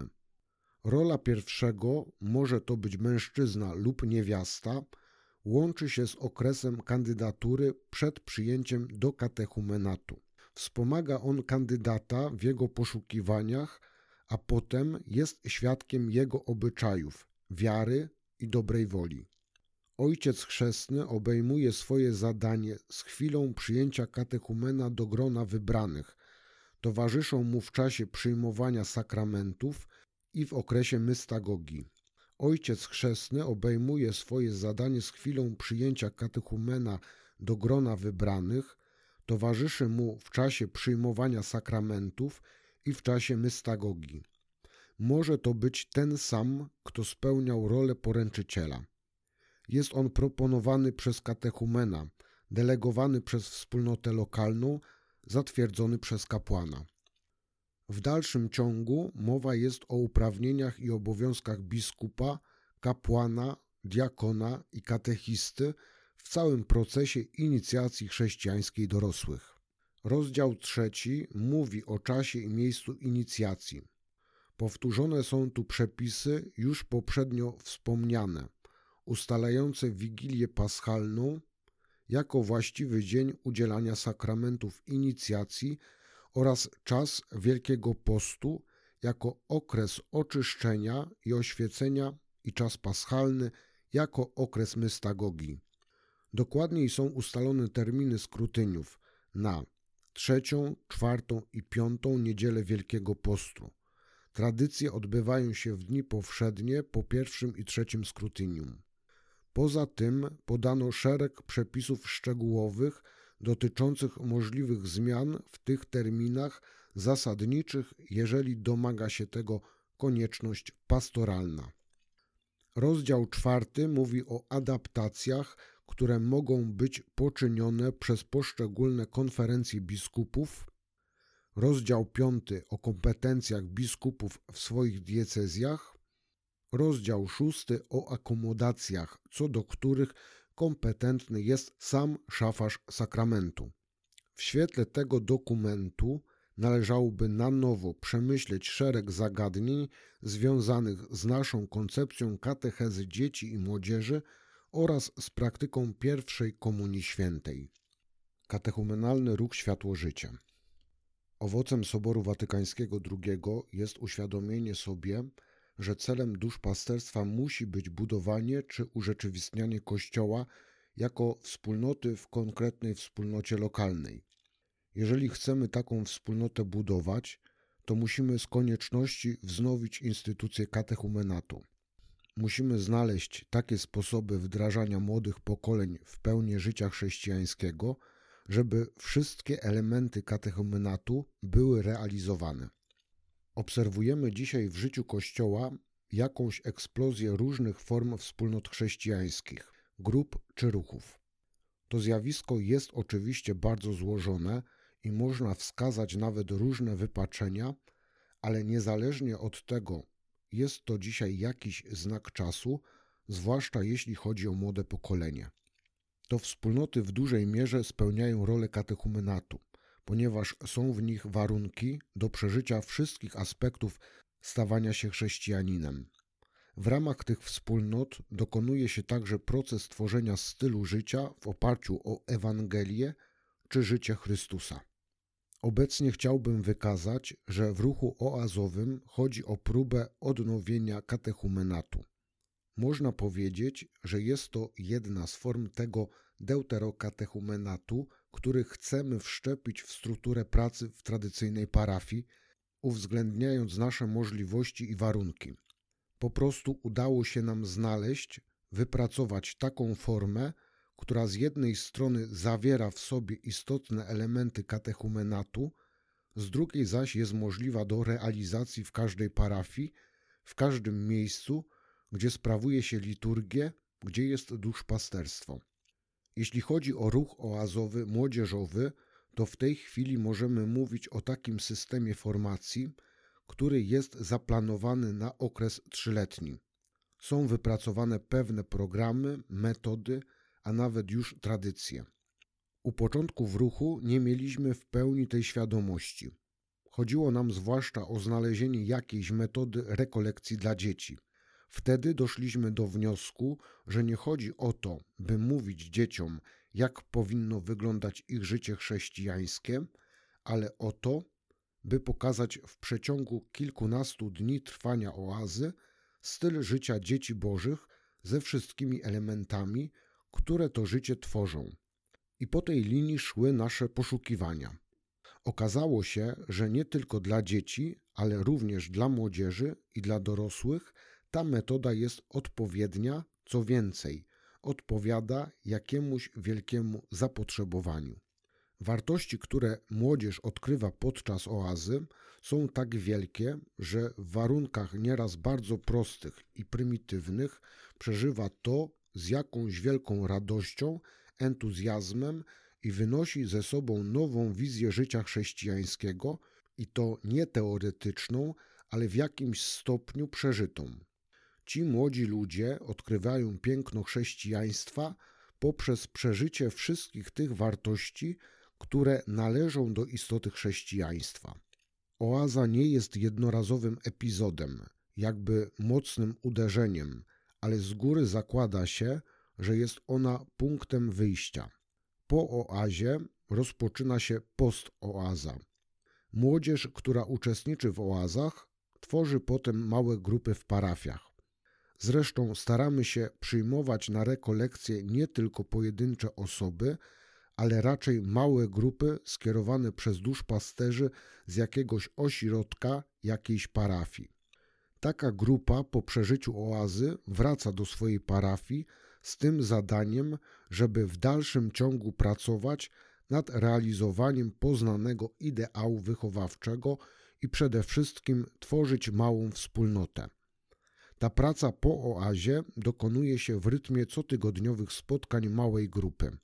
Rola pierwszego, może to być mężczyzna lub niewiasta, łączy się z okresem kandydatury przed przyjęciem do katechumenatu. Wspomaga on kandydata w jego poszukiwaniach, a potem jest świadkiem jego obyczajów, wiary i dobrej woli. Ojciec chrzestny obejmuje swoje zadanie z chwilą przyjęcia katechumena do grona wybranych. Towarzyszą mu w czasie przyjmowania sakramentów i w okresie mystagogii. Ojciec chrzestny obejmuje swoje zadanie z chwilą przyjęcia katechumena do grona wybranych, towarzyszy mu w czasie przyjmowania sakramentów i w czasie mystagogii. Może to być ten sam, kto spełniał rolę poręczyciela. Jest on proponowany przez katechumena, delegowany przez wspólnotę lokalną, zatwierdzony przez kapłana. W dalszym ciągu mowa jest o uprawnieniach i obowiązkach biskupa, kapłana, diakona i katechisty w całym procesie inicjacji chrześcijańskiej dorosłych. Rozdział 3 mówi o czasie i miejscu inicjacji. Powtórzone są tu przepisy już poprzednio wspomniane, ustalające Wigilię Paschalną jako właściwy dzień udzielania sakramentów inicjacji oraz czas Wielkiego Postu jako okres oczyszczenia i oświecenia i czas paschalny jako okres mystagogii. Dokładniej są ustalone terminy skrutyniów na 3., 4. i 5. niedzielę Wielkiego Postu. Tradycje odbywają się w dni powszednie po 1. i 3. skrutynium. Poza tym podano szereg przepisów szczegółowych dotyczących możliwych zmian w tych terminach zasadniczych, jeżeli domaga się tego konieczność pastoralna. Rozdział 4 mówi o adaptacjach, które mogą być poczynione przez poszczególne konferencje biskupów. Rozdział 5 o kompetencjach biskupów w swoich diecezjach. Rozdział 6 o akomodacjach, co do których kompetentny jest sam szafarz sakramentu. W świetle tego dokumentu należałoby na nowo przemyśleć szereg zagadnień związanych z naszą koncepcją katechezy dzieci i młodzieży oraz z praktyką pierwszej Komunii Świętej. Katechumenalny ruch Światło-Życie. Owocem Soboru Watykańskiego II jest uświadomienie sobie, że celem duszpasterstwa musi być budowanie czy urzeczywistnianie Kościoła jako wspólnoty w konkretnej wspólnocie lokalnej. Jeżeli chcemy taką wspólnotę budować, to musimy z konieczności wznowić instytucję katechumenatu. Musimy znaleźć takie sposoby wdrażania młodych pokoleń w pełnię życia chrześcijańskiego, żeby wszystkie elementy katechumenatu były realizowane. Obserwujemy dzisiaj w życiu Kościoła jakąś eksplozję różnych form wspólnot chrześcijańskich, grup czy ruchów. To zjawisko jest oczywiście bardzo złożone i można wskazać nawet różne wypaczenia, ale niezależnie od tego jest to dzisiaj jakiś znak czasu, zwłaszcza jeśli chodzi o młode pokolenie. To wspólnoty w dużej mierze spełniają rolę katechumenatu, ponieważ są w nich warunki do przeżycia wszystkich aspektów stawania się chrześcijaninem. W ramach tych wspólnot dokonuje się także proces tworzenia stylu życia w oparciu o Ewangelię czy życie Chrystusa. Obecnie chciałbym wykazać, że w ruchu oazowym chodzi o próbę odnowienia katechumenatu. Można powiedzieć, że jest to jedna z form tego deuterokatechumenatu, który chcemy wszczepić w strukturę pracy w tradycyjnej parafii, uwzględniając nasze możliwości i warunki. Po prostu udało się nam znaleźć, wypracować taką formę, która z jednej strony zawiera w sobie istotne elementy katechumenatu, z drugiej zaś jest możliwa do realizacji w każdej parafii, w każdym miejscu, gdzie sprawuje się liturgię, gdzie jest duszpasterstwo. Jeśli chodzi o ruch oazowy młodzieżowy, to w tej chwili możemy mówić o takim systemie formacji, który jest zaplanowany na okres 3-letni. Są wypracowane pewne programy, metody, a nawet już tradycje. U początku w ruchu nie mieliśmy w pełni tej świadomości. Chodziło nam zwłaszcza o znalezienie jakiejś metody rekolekcji dla dzieci. Wtedy doszliśmy do wniosku, że nie chodzi o to, by mówić dzieciom, jak powinno wyglądać ich życie chrześcijańskie, ale o to, by pokazać w przeciągu kilkunastu dni trwania oazy styl życia dzieci bożych ze wszystkimi elementami, które to życie tworzą. I po tej linii szły nasze poszukiwania. Okazało się, że nie tylko dla dzieci, ale również dla młodzieży i dla dorosłych ta metoda jest odpowiednia, co więcej, odpowiada jakiemuś wielkiemu zapotrzebowaniu. Wartości, które młodzież odkrywa podczas oazy, są tak wielkie, że w warunkach nieraz bardzo prostych i prymitywnych przeżywa to z jakąś wielką radością, entuzjazmem i wynosi ze sobą nową wizję życia chrześcijańskiego i to nie teoretyczną, ale w jakimś stopniu przeżytą. Ci młodzi ludzie odkrywają piękno chrześcijaństwa poprzez przeżycie wszystkich tych wartości, które należą do istoty chrześcijaństwa. Oaza nie jest jednorazowym epizodem, jakby mocnym uderzeniem, ale z góry zakłada się, że jest ona punktem wyjścia. Po oazie rozpoczyna się postoaza. Młodzież, która uczestniczy w oazach, tworzy potem małe grupy w parafiach. Zresztą staramy się przyjmować na rekolekcje nie tylko pojedyncze osoby, ale raczej małe grupy skierowane przez duszpasterzy z jakiegoś ośrodka, jakiejś parafii. Taka grupa po przeżyciu oazy wraca do swojej parafii z tym zadaniem, żeby w dalszym ciągu pracować nad realizowaniem poznanego ideału wychowawczego i przede wszystkim tworzyć małą wspólnotę. Ta praca po oazie dokonuje się w rytmie cotygodniowych spotkań małej grupy.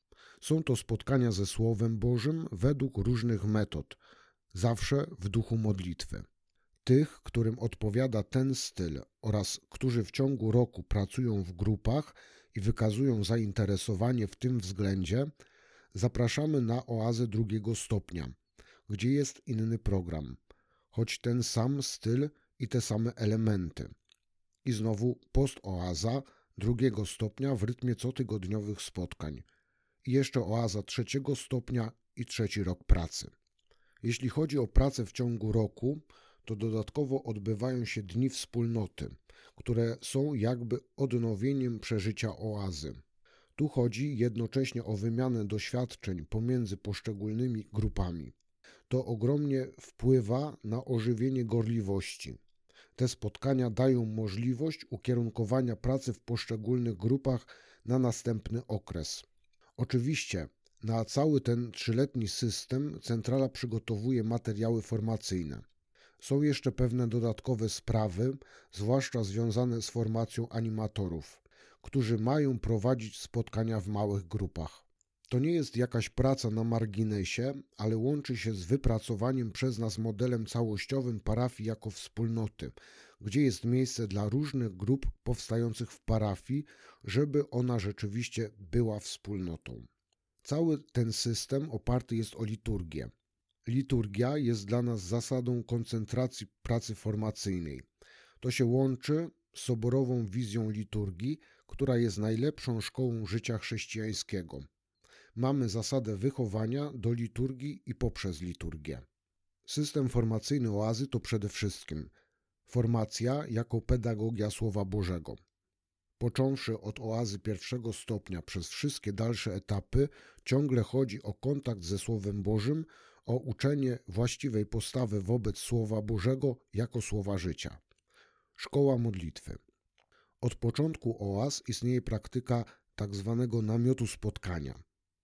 Są to spotkania ze Słowem Bożym według różnych metod, zawsze w duchu modlitwy. Tych, którym odpowiada ten styl oraz którzy w ciągu roku pracują w grupach i wykazują zainteresowanie w tym względzie, zapraszamy na oazę drugiego stopnia, gdzie jest inny program, choć ten sam styl i te same elementy. I znowu postoaza drugiego stopnia w rytmie cotygodniowych spotkań. I jeszcze oaza trzeciego stopnia i trzeci rok pracy. Jeśli chodzi o pracę w ciągu roku, to dodatkowo odbywają się dni wspólnoty, które są jakby odnowieniem przeżycia oazy. Tu chodzi jednocześnie o wymianę doświadczeń pomiędzy poszczególnymi grupami. To ogromnie wpływa na ożywienie gorliwości. Te spotkania dają możliwość ukierunkowania pracy w poszczególnych grupach na następny okres. Oczywiście na cały ten 3-letni system centrala przygotowuje materiały formacyjne. Są jeszcze pewne dodatkowe sprawy, zwłaszcza związane z formacją animatorów, którzy mają prowadzić spotkania w małych grupach. To nie jest jakaś praca na marginesie, ale łączy się z wypracowaniem przez nas modelem całościowym parafii jako wspólnoty, gdzie jest miejsce dla różnych grup powstających w parafii, żeby ona rzeczywiście była wspólnotą. Cały ten system oparty jest o liturgię. Liturgia jest dla nas zasadą koncentracji pracy formacyjnej. To się łączy z soborową wizją liturgii, która jest najlepszą szkołą życia chrześcijańskiego. Mamy zasadę wychowania do liturgii i poprzez liturgię. System formacyjny oazy to przede wszystkim formacja jako pedagogia Słowa Bożego. Począwszy od oazy pierwszego stopnia przez wszystkie dalsze etapy, ciągle chodzi o kontakt ze Słowem Bożym, o uczenie właściwej postawy wobec Słowa Bożego jako słowa życia. Szkoła modlitwy. Od początku oaz istnieje praktyka tzw. namiotu spotkania.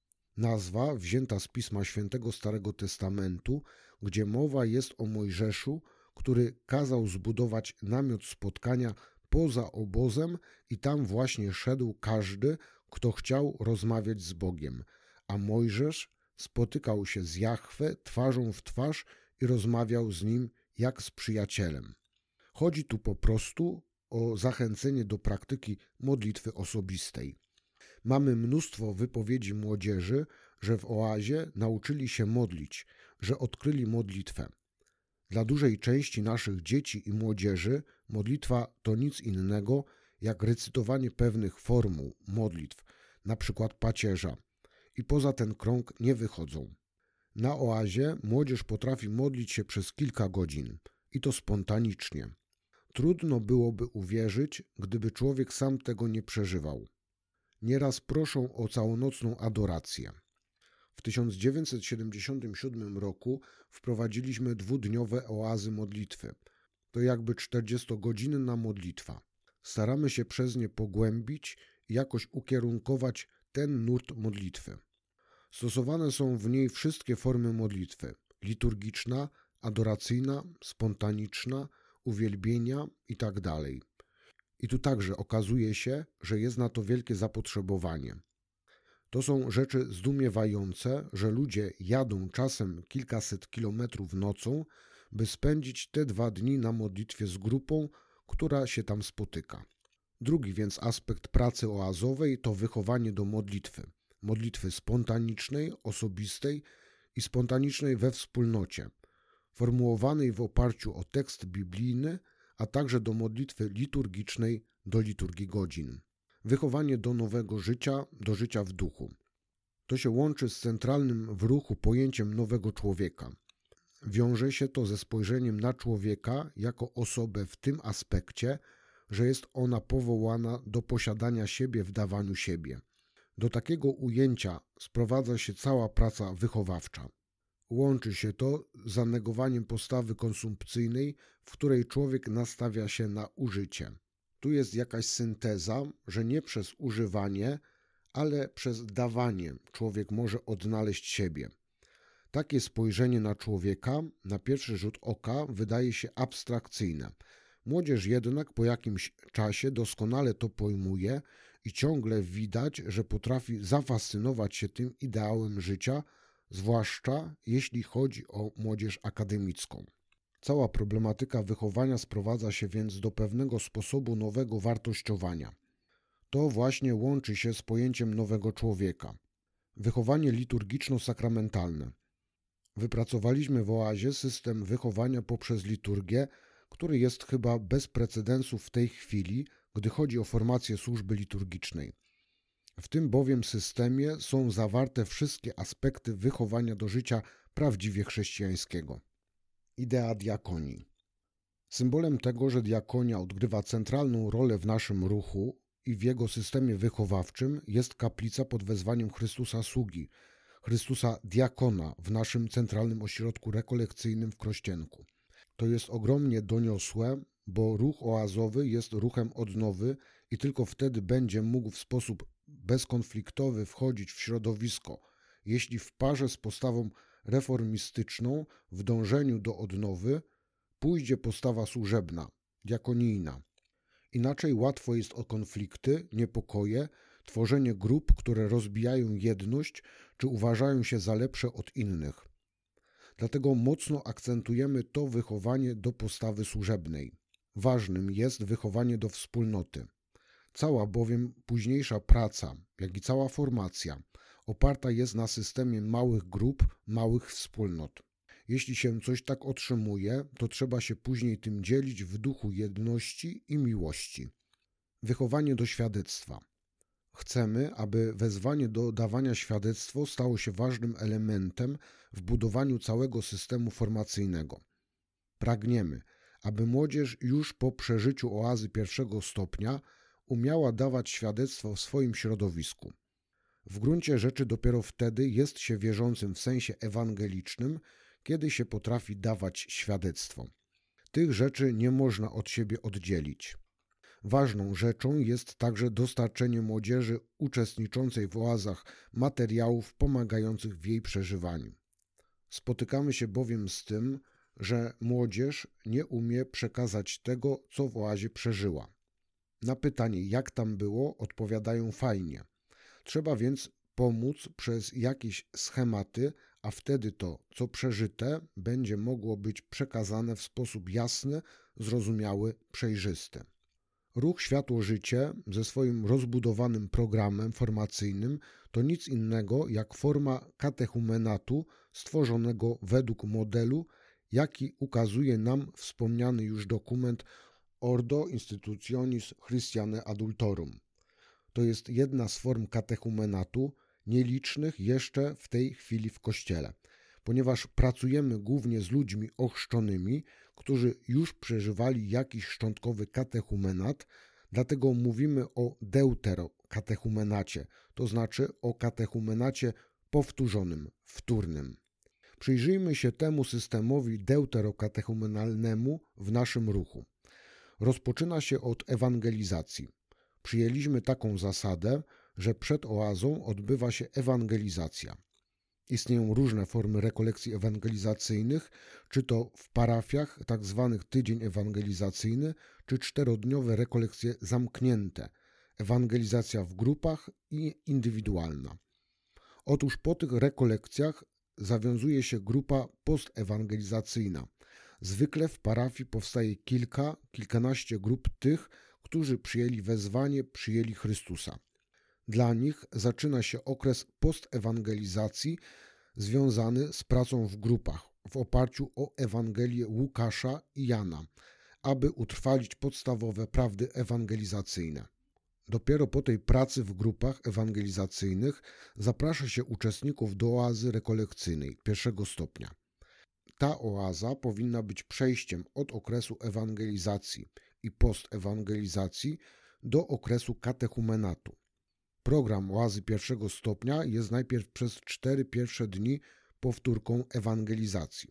Nazwa wzięta z Pisma Świętego Starego Testamentu, gdzie mowa jest o Mojżeszu, który kazał zbudować namiot spotkania poza obozem i tam właśnie szedł każdy, kto chciał rozmawiać z Bogiem, a Mojżesz spotykał się z Jahwe twarzą w twarz i rozmawiał z nim jak z przyjacielem. Chodzi tu po prostu o zachęcenie do praktyki modlitwy osobistej. Mamy mnóstwo wypowiedzi młodzieży, że w oazie nauczyli się modlić, że odkryli modlitwę. Dla dużej części naszych dzieci i młodzieży modlitwa to nic innego jak recytowanie pewnych formuł modlitw, na przykład pacierza, i poza ten krąg nie wychodzą. Na oazie młodzież potrafi modlić się przez kilka godzin i to spontanicznie. Trudno byłoby uwierzyć, gdyby człowiek sam tego nie przeżywał. Nieraz proszą o całonocną adorację. W 1977 roku wprowadziliśmy 2-dniowe oazy modlitwy. To jakby 40-godzinna modlitwa. Staramy się przez nie pogłębić i jakoś ukierunkować ten nurt modlitwy. Stosowane są w niej wszystkie formy modlitwy: liturgiczna, adoracyjna, spontaniczna, uwielbienia itd. I tu także okazuje się, że jest na to wielkie zapotrzebowanie. To są rzeczy zdumiewające, że ludzie jadą czasem kilkaset kilometrów nocą, by spędzić te 2 dni na modlitwie z grupą, która się tam spotyka. Drugi więc aspekt pracy oazowej to wychowanie do modlitwy. Modlitwy spontanicznej, osobistej i spontanicznej we wspólnocie, formułowanej w oparciu o tekst biblijny, a także do modlitwy liturgicznej, do liturgii godzin. Wychowanie do nowego życia, do życia w duchu. To się łączy z centralnym w ruchu pojęciem nowego człowieka. Wiąże się to ze spojrzeniem na człowieka jako osobę w tym aspekcie, że jest ona powołana do posiadania siebie w dawaniu siebie. Do takiego ujęcia sprowadza się cała praca wychowawcza. Łączy się to z zanegowaniem postawy konsumpcyjnej, w której człowiek nastawia się na użycie. Tu jest jakaś synteza, że nie przez używanie, ale przez dawanie człowiek może odnaleźć siebie. Takie spojrzenie na człowieka na pierwszy rzut oka wydaje się abstrakcyjne. Młodzież jednak po jakimś czasie doskonale to pojmuje i ciągle widać, że potrafi zafascynować się tym ideałem życia, zwłaszcza jeśli chodzi o młodzież akademicką. Cała problematyka wychowania sprowadza się więc do pewnego sposobu nowego wartościowania. To właśnie łączy się z pojęciem nowego człowieka. Wychowanie liturgiczno-sakramentalne. Wypracowaliśmy w oazie system wychowania poprzez liturgię, który jest chyba bez precedensów w tej chwili, gdy chodzi o formację służby liturgicznej. W tym bowiem systemie są zawarte wszystkie aspekty wychowania do życia prawdziwie chrześcijańskiego. Idea diakonii. Symbolem tego, że diakonia odgrywa centralną rolę w naszym ruchu i w jego systemie wychowawczym, jest kaplica pod wezwaniem Chrystusa Sługi, Chrystusa Diakona w naszym centralnym ośrodku rekolekcyjnym w Krościenku. To jest ogromnie doniosłe, bo ruch oazowy jest ruchem odnowy i tylko wtedy będzie mógł w sposób bezkonfliktowy wchodzić w środowisko, jeśli w parze z postawą reformistyczną w dążeniu do odnowy pójdzie postawa służebna, diakonijna. Inaczej łatwo jest o konflikty, niepokoje, tworzenie grup, które rozbijają jedność czy uważają się za lepsze od innych. Dlatego mocno akcentujemy to wychowanie do postawy służebnej. Ważnym jest wychowanie do wspólnoty. Cała bowiem późniejsza praca, jak i cała formacja oparta jest na systemie małych grup, małych wspólnot. Jeśli się coś tak otrzymuje, to trzeba się później tym dzielić w duchu jedności i miłości. Wychowanie do świadectwa. Chcemy, aby wezwanie do dawania świadectwa stało się ważnym elementem w budowaniu całego systemu formacyjnego. Pragniemy, aby młodzież już po przeżyciu oazy 1. stopnia umiała dawać świadectwo w swoim środowisku. W gruncie rzeczy dopiero wtedy jest się wierzącym w sensie ewangelicznym, kiedy się potrafi dawać świadectwo. Tych rzeczy nie można od siebie oddzielić. Ważną rzeczą jest także dostarczenie młodzieży uczestniczącej w oazach materiałów pomagających w jej przeżywaniu. Spotykamy się bowiem z tym, że młodzież nie umie przekazać tego, co w oazie przeżyła. Na pytanie, jak tam było, odpowiadają fajnie. Trzeba więc pomóc przez jakieś schematy, a wtedy to, co przeżyte, będzie mogło być przekazane w sposób jasny, zrozumiały, przejrzysty. Ruch Światło-Życie ze swoim rozbudowanym programem formacyjnym to nic innego jak forma katechumenatu stworzonego według modelu, jaki ukazuje nam wspomniany już dokument Ordo Institutionis Christianae Adultorum. To jest jedna z form katechumenatu, nielicznych jeszcze w tej chwili w Kościele, ponieważ pracujemy głównie z ludźmi ochrzczonymi, którzy już przeżywali jakiś szczątkowy katechumenat, dlatego mówimy o deuterokatechumenacie, to znaczy o katechumenacie powtórzonym, wtórnym. Przyjrzyjmy się temu systemowi deuterokatechumenalnemu w naszym ruchu. Rozpoczyna się od ewangelizacji. Przyjęliśmy taką zasadę, że przed oazą odbywa się ewangelizacja. Istnieją różne formy rekolekcji ewangelizacyjnych, czy to w parafiach, tak zwany tydzień ewangelizacyjny, czy 4-dniowe rekolekcje zamknięte, ewangelizacja w grupach i indywidualna. Otóż po tych rekolekcjach zawiązuje się grupa postewangelizacyjna. Zwykle w parafii powstaje kilkanaście grup tych, którzy przyjęli wezwanie, przyjęli Chrystusa. Dla nich zaczyna się okres postewangelizacji związany z pracą w grupach w oparciu o Ewangelię Łukasza i Jana, aby utrwalić podstawowe prawdy ewangelizacyjne. Dopiero po tej pracy w grupach ewangelizacyjnych zaprasza się uczestników do oazy rekolekcyjnej pierwszego stopnia. Ta oaza powinna być przejściem od okresu ewangelizacji i postewangelizacji do okresu katechumenatu. Program oazy pierwszego stopnia jest najpierw przez 4 pierwsze dni powtórką ewangelizacji.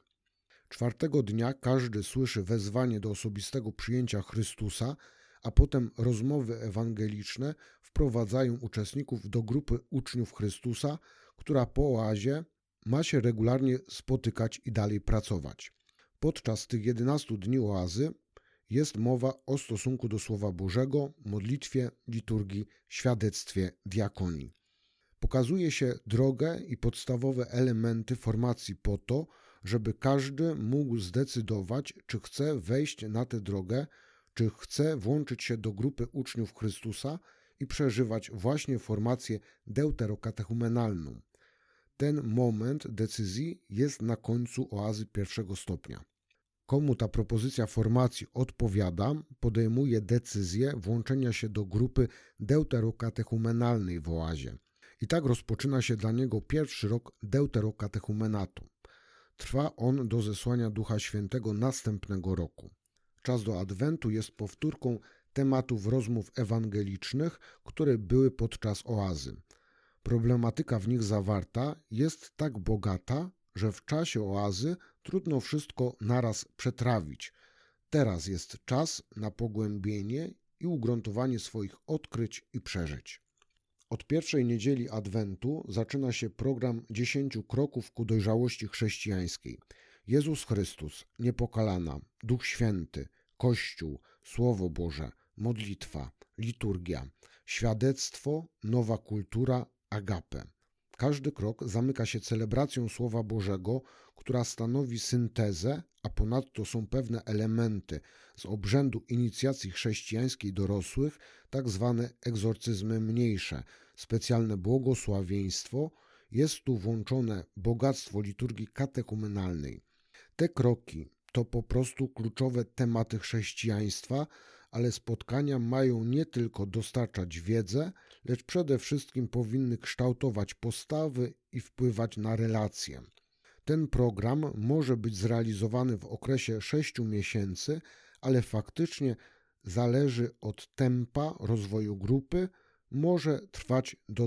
4. dnia każdy słyszy wezwanie do osobistego przyjęcia Chrystusa, a potem rozmowy ewangeliczne wprowadzają uczestników do grupy uczniów Chrystusa, która po oazie ma się regularnie spotykać i dalej pracować. Podczas tych 11 dni oazy jest mowa o stosunku do Słowa Bożego, modlitwie, liturgii, świadectwie, diakonii. Pokazuje się drogę i podstawowe elementy formacji po to, żeby każdy mógł zdecydować, czy chce wejść na tę drogę, czy chce włączyć się do grupy uczniów Chrystusa i przeżywać właśnie formację deuterokatechumenalną. Ten moment decyzji jest na końcu oazy pierwszego stopnia. Komu ta propozycja formacji odpowiada, podejmuje decyzję włączenia się do grupy deuterokatechumenalnej w oazie. I tak rozpoczyna się dla niego pierwszy rok deuterokatechumenatu. Trwa on do zesłania Ducha Świętego następnego roku. Czas do Adwentu jest powtórką tematów rozmów ewangelicznych, które były podczas oazy. Problematyka w nich zawarta jest tak bogata, że w czasie oazy trudno wszystko naraz przetrawić. Teraz jest czas na pogłębienie i ugruntowanie swoich odkryć i przeżyć. Od pierwszej niedzieli Adwentu zaczyna się program 10 kroków ku dojrzałości chrześcijańskiej. Jezus Chrystus, Niepokalana, Duch Święty, Kościół, Słowo Boże, modlitwa, liturgia, świadectwo, nowa kultura, agape. Każdy krok zamyka się celebracją Słowa Bożego, która stanowi syntezę, a ponadto są pewne elementy z obrzędu inicjacji chrześcijańskiej dorosłych, tak zwane egzorcyzmy mniejsze, specjalne błogosławieństwo, jest tu włączone bogactwo liturgii katechumenalnej. Te kroki to po prostu kluczowe tematy chrześcijaństwa, ale spotkania mają nie tylko dostarczać wiedzę, lecz przede wszystkim powinny kształtować postawy i wpływać na relacje. Ten program może być zrealizowany w okresie 6 miesięcy, ale faktycznie zależy od tempa rozwoju grupy, może trwać do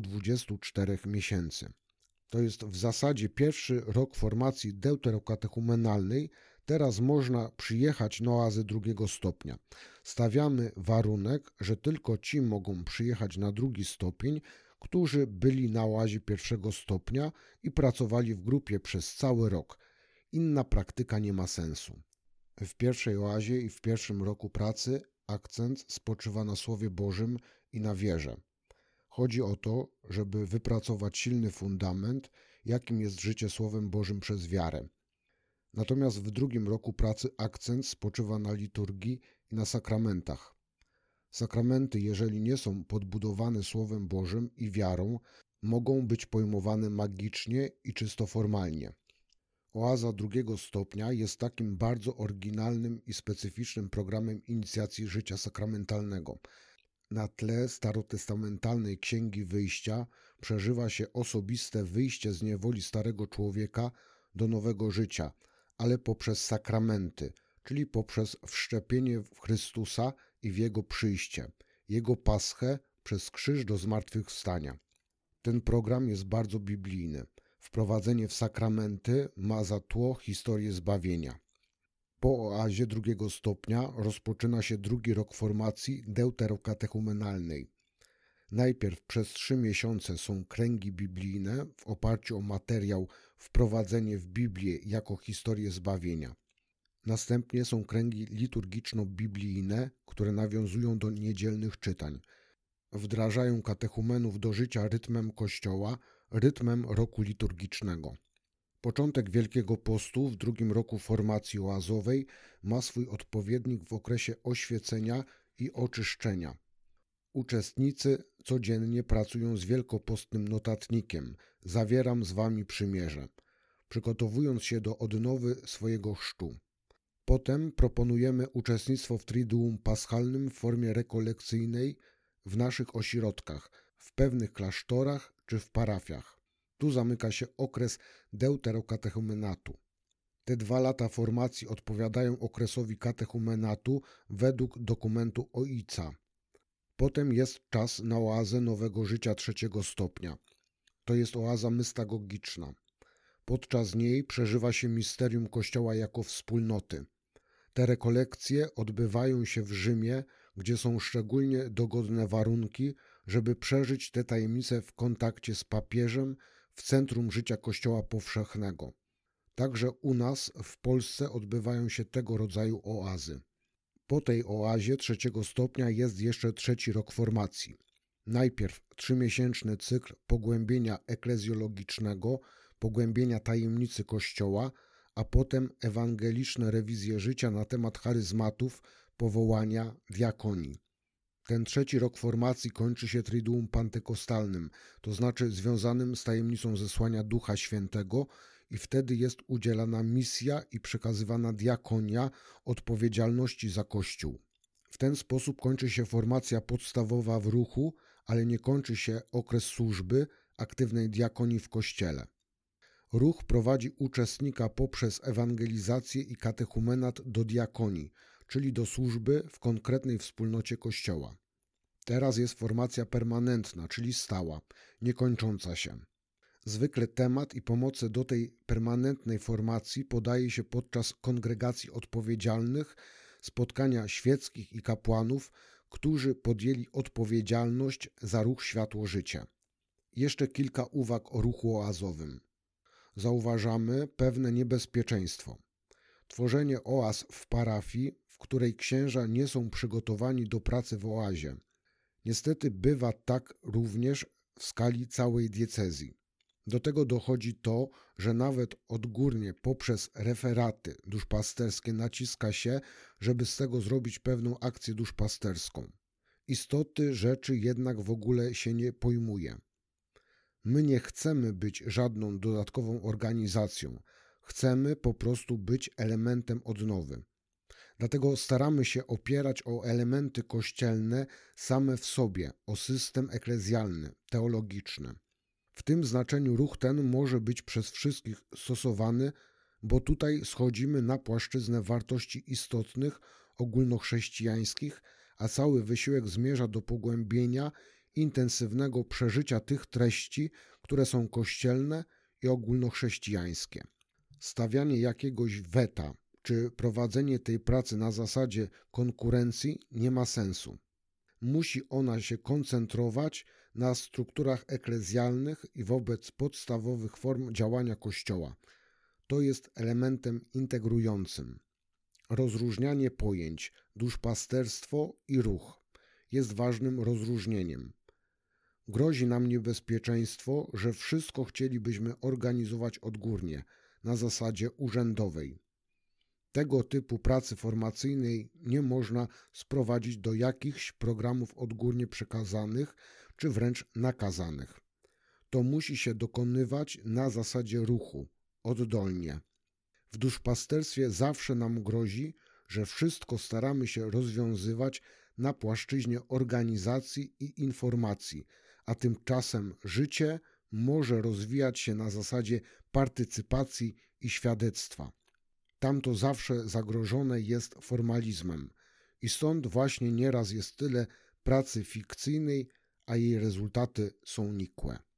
24 miesięcy. To jest w zasadzie pierwszy rok formacji deuterokatechumenalnej. Teraz można przyjechać na oazę drugiego stopnia. Stawiamy warunek, że tylko ci mogą przyjechać na drugi stopień, którzy byli na oazie pierwszego stopnia i pracowali w grupie przez cały rok. Inna praktyka nie ma sensu. W pierwszej oazie i w pierwszym roku pracy akcent spoczywa na Słowie Bożym i na wierze. Chodzi o to, żeby wypracować silny fundament, jakim jest życie Słowem Bożym przez wiarę. Natomiast w drugim roku pracy akcent spoczywa na liturgii i na sakramentach. Sakramenty, jeżeli nie są podbudowane Słowem Bożym i wiarą, mogą być pojmowane magicznie i czysto formalnie. Oaza drugiego stopnia jest takim bardzo oryginalnym i specyficznym programem inicjacji życia sakramentalnego. Na tle starotestamentalnej Księgi Wyjścia przeżywa się osobiste wyjście z niewoli starego człowieka do nowego życia, ale poprzez sakramenty, czyli poprzez wszczepienie w Chrystusa i w Jego przyjście, Jego paschę przez krzyż do zmartwychwstania. Ten program jest bardzo biblijny. Wprowadzenie w sakramenty ma za tło historię zbawienia. Po oazie drugiego stopnia rozpoczyna się drugi rok formacji deuterokatechumenalnej. Najpierw przez 3 miesiące są kręgi biblijne w oparciu o materiał Wprowadzenie w Biblię jako historię zbawienia. Następnie są kręgi liturgiczno-biblijne, które nawiązują do niedzielnych czytań. Wdrażają katechumenów do życia rytmem Kościoła, rytmem roku liturgicznego. Początek Wielkiego Postu w drugim roku formacji oazowej ma swój odpowiednik w okresie oświecenia i oczyszczenia. Uczestnicy codziennie pracują z wielkopostnym notatnikiem Zawieram z wami przymierze, przygotowując się do odnowy swojego chrztu. Potem proponujemy uczestnictwo w Triduum Paschalnym w formie rekolekcyjnej w naszych ośrodkach, w pewnych klasztorach czy w parafiach. Tu zamyka się okres deuterokatechumenatu. Te 2 lata formacji odpowiadają okresowi katechumenatu według dokumentu ojca. Potem jest czas na oazę nowego życia 3 stopnia. To jest oaza mystagogiczna. Podczas niej przeżywa się misterium Kościoła jako wspólnoty. Te rekolekcje odbywają się w Rzymie, gdzie są szczególnie dogodne warunki, żeby przeżyć te tajemnice w kontakcie z papieżem w centrum życia Kościoła powszechnego. Także u nas w Polsce odbywają się tego rodzaju oazy. Po tej oazie 3 stopnia jest jeszcze 3 rok formacji. Najpierw 3-miesięczny cykl pogłębienia eklezjologicznego, pogłębienia tajemnicy Kościoła, a potem ewangeliczne rewizje życia na temat charyzmatów, powołania, diakonii. Ten 3 rok formacji kończy się Triduum Pantekostalnym, to znaczy związanym z tajemnicą zesłania Ducha Świętego, i wtedy jest udzielana misja i przekazywana diakonia, odpowiedzialności za Kościół. W ten sposób kończy się formacja podstawowa w ruchu, ale nie kończy się okres służby, aktywnej diakonii w Kościele. Ruch prowadzi uczestnika poprzez ewangelizację i katechumenat do diakonii, czyli do służby w konkretnej wspólnocie Kościoła. Teraz jest formacja permanentna, czyli stała, niekończąca się. Zwykle temat i pomoce do tej permanentnej formacji podaje się podczas kongregacji odpowiedzialnych, spotkania świeckich i kapłanów, którzy podjęli odpowiedzialność za ruch Światło-Życie. Jeszcze kilka uwag o ruchu oazowym. Zauważamy pewne niebezpieczeństwo. Tworzenie oaz w parafii, w której księża nie są przygotowani do pracy w oazie. Niestety bywa tak również w skali całej diecezji. Do tego dochodzi to, że nawet odgórnie poprzez referaty duszpasterskie naciska się, żeby z tego zrobić pewną akcję duszpasterską. Istoty rzeczy jednak w ogóle się nie pojmuje. My nie chcemy być żadną dodatkową organizacją. Chcemy po prostu być elementem odnowy. Dlatego staramy się opierać o elementy kościelne same w sobie, o system eklezjalny, teologiczny. W tym znaczeniu ruch ten może być przez wszystkich stosowany, bo tutaj schodzimy na płaszczyznę wartości istotnych, ogólnochrześcijańskich, a cały wysiłek zmierza do pogłębienia intensywnego przeżycia tych treści, które są kościelne i ogólnochrześcijańskie. Stawianie jakiegoś weta czy prowadzenie tej pracy na zasadzie konkurencji nie ma sensu. Musi ona się koncentrować na strukturach eklezjalnych i wobec podstawowych form działania Kościoła. To jest elementem integrującym. Rozróżnianie pojęć duszpasterstwo i ruch jest ważnym rozróżnieniem. Grozi nam niebezpieczeństwo, że wszystko chcielibyśmy organizować odgórnie, na zasadzie urzędowej. Tego typu pracy formacyjnej nie można sprowadzić do jakichś programów odgórnie przekazanych czy wręcz nakazanych. To musi się dokonywać na zasadzie ruchu, oddolnie. W duszpasterstwie zawsze nam grozi, że wszystko staramy się rozwiązywać na płaszczyźnie organizacji i informacji, a tymczasem życie może rozwijać się na zasadzie partycypacji i świadectwa. Tamto zawsze zagrożone jest formalizmem i stąd właśnie nieraz jest tyle pracy fikcyjnej, a jej rezultaty są nikłe.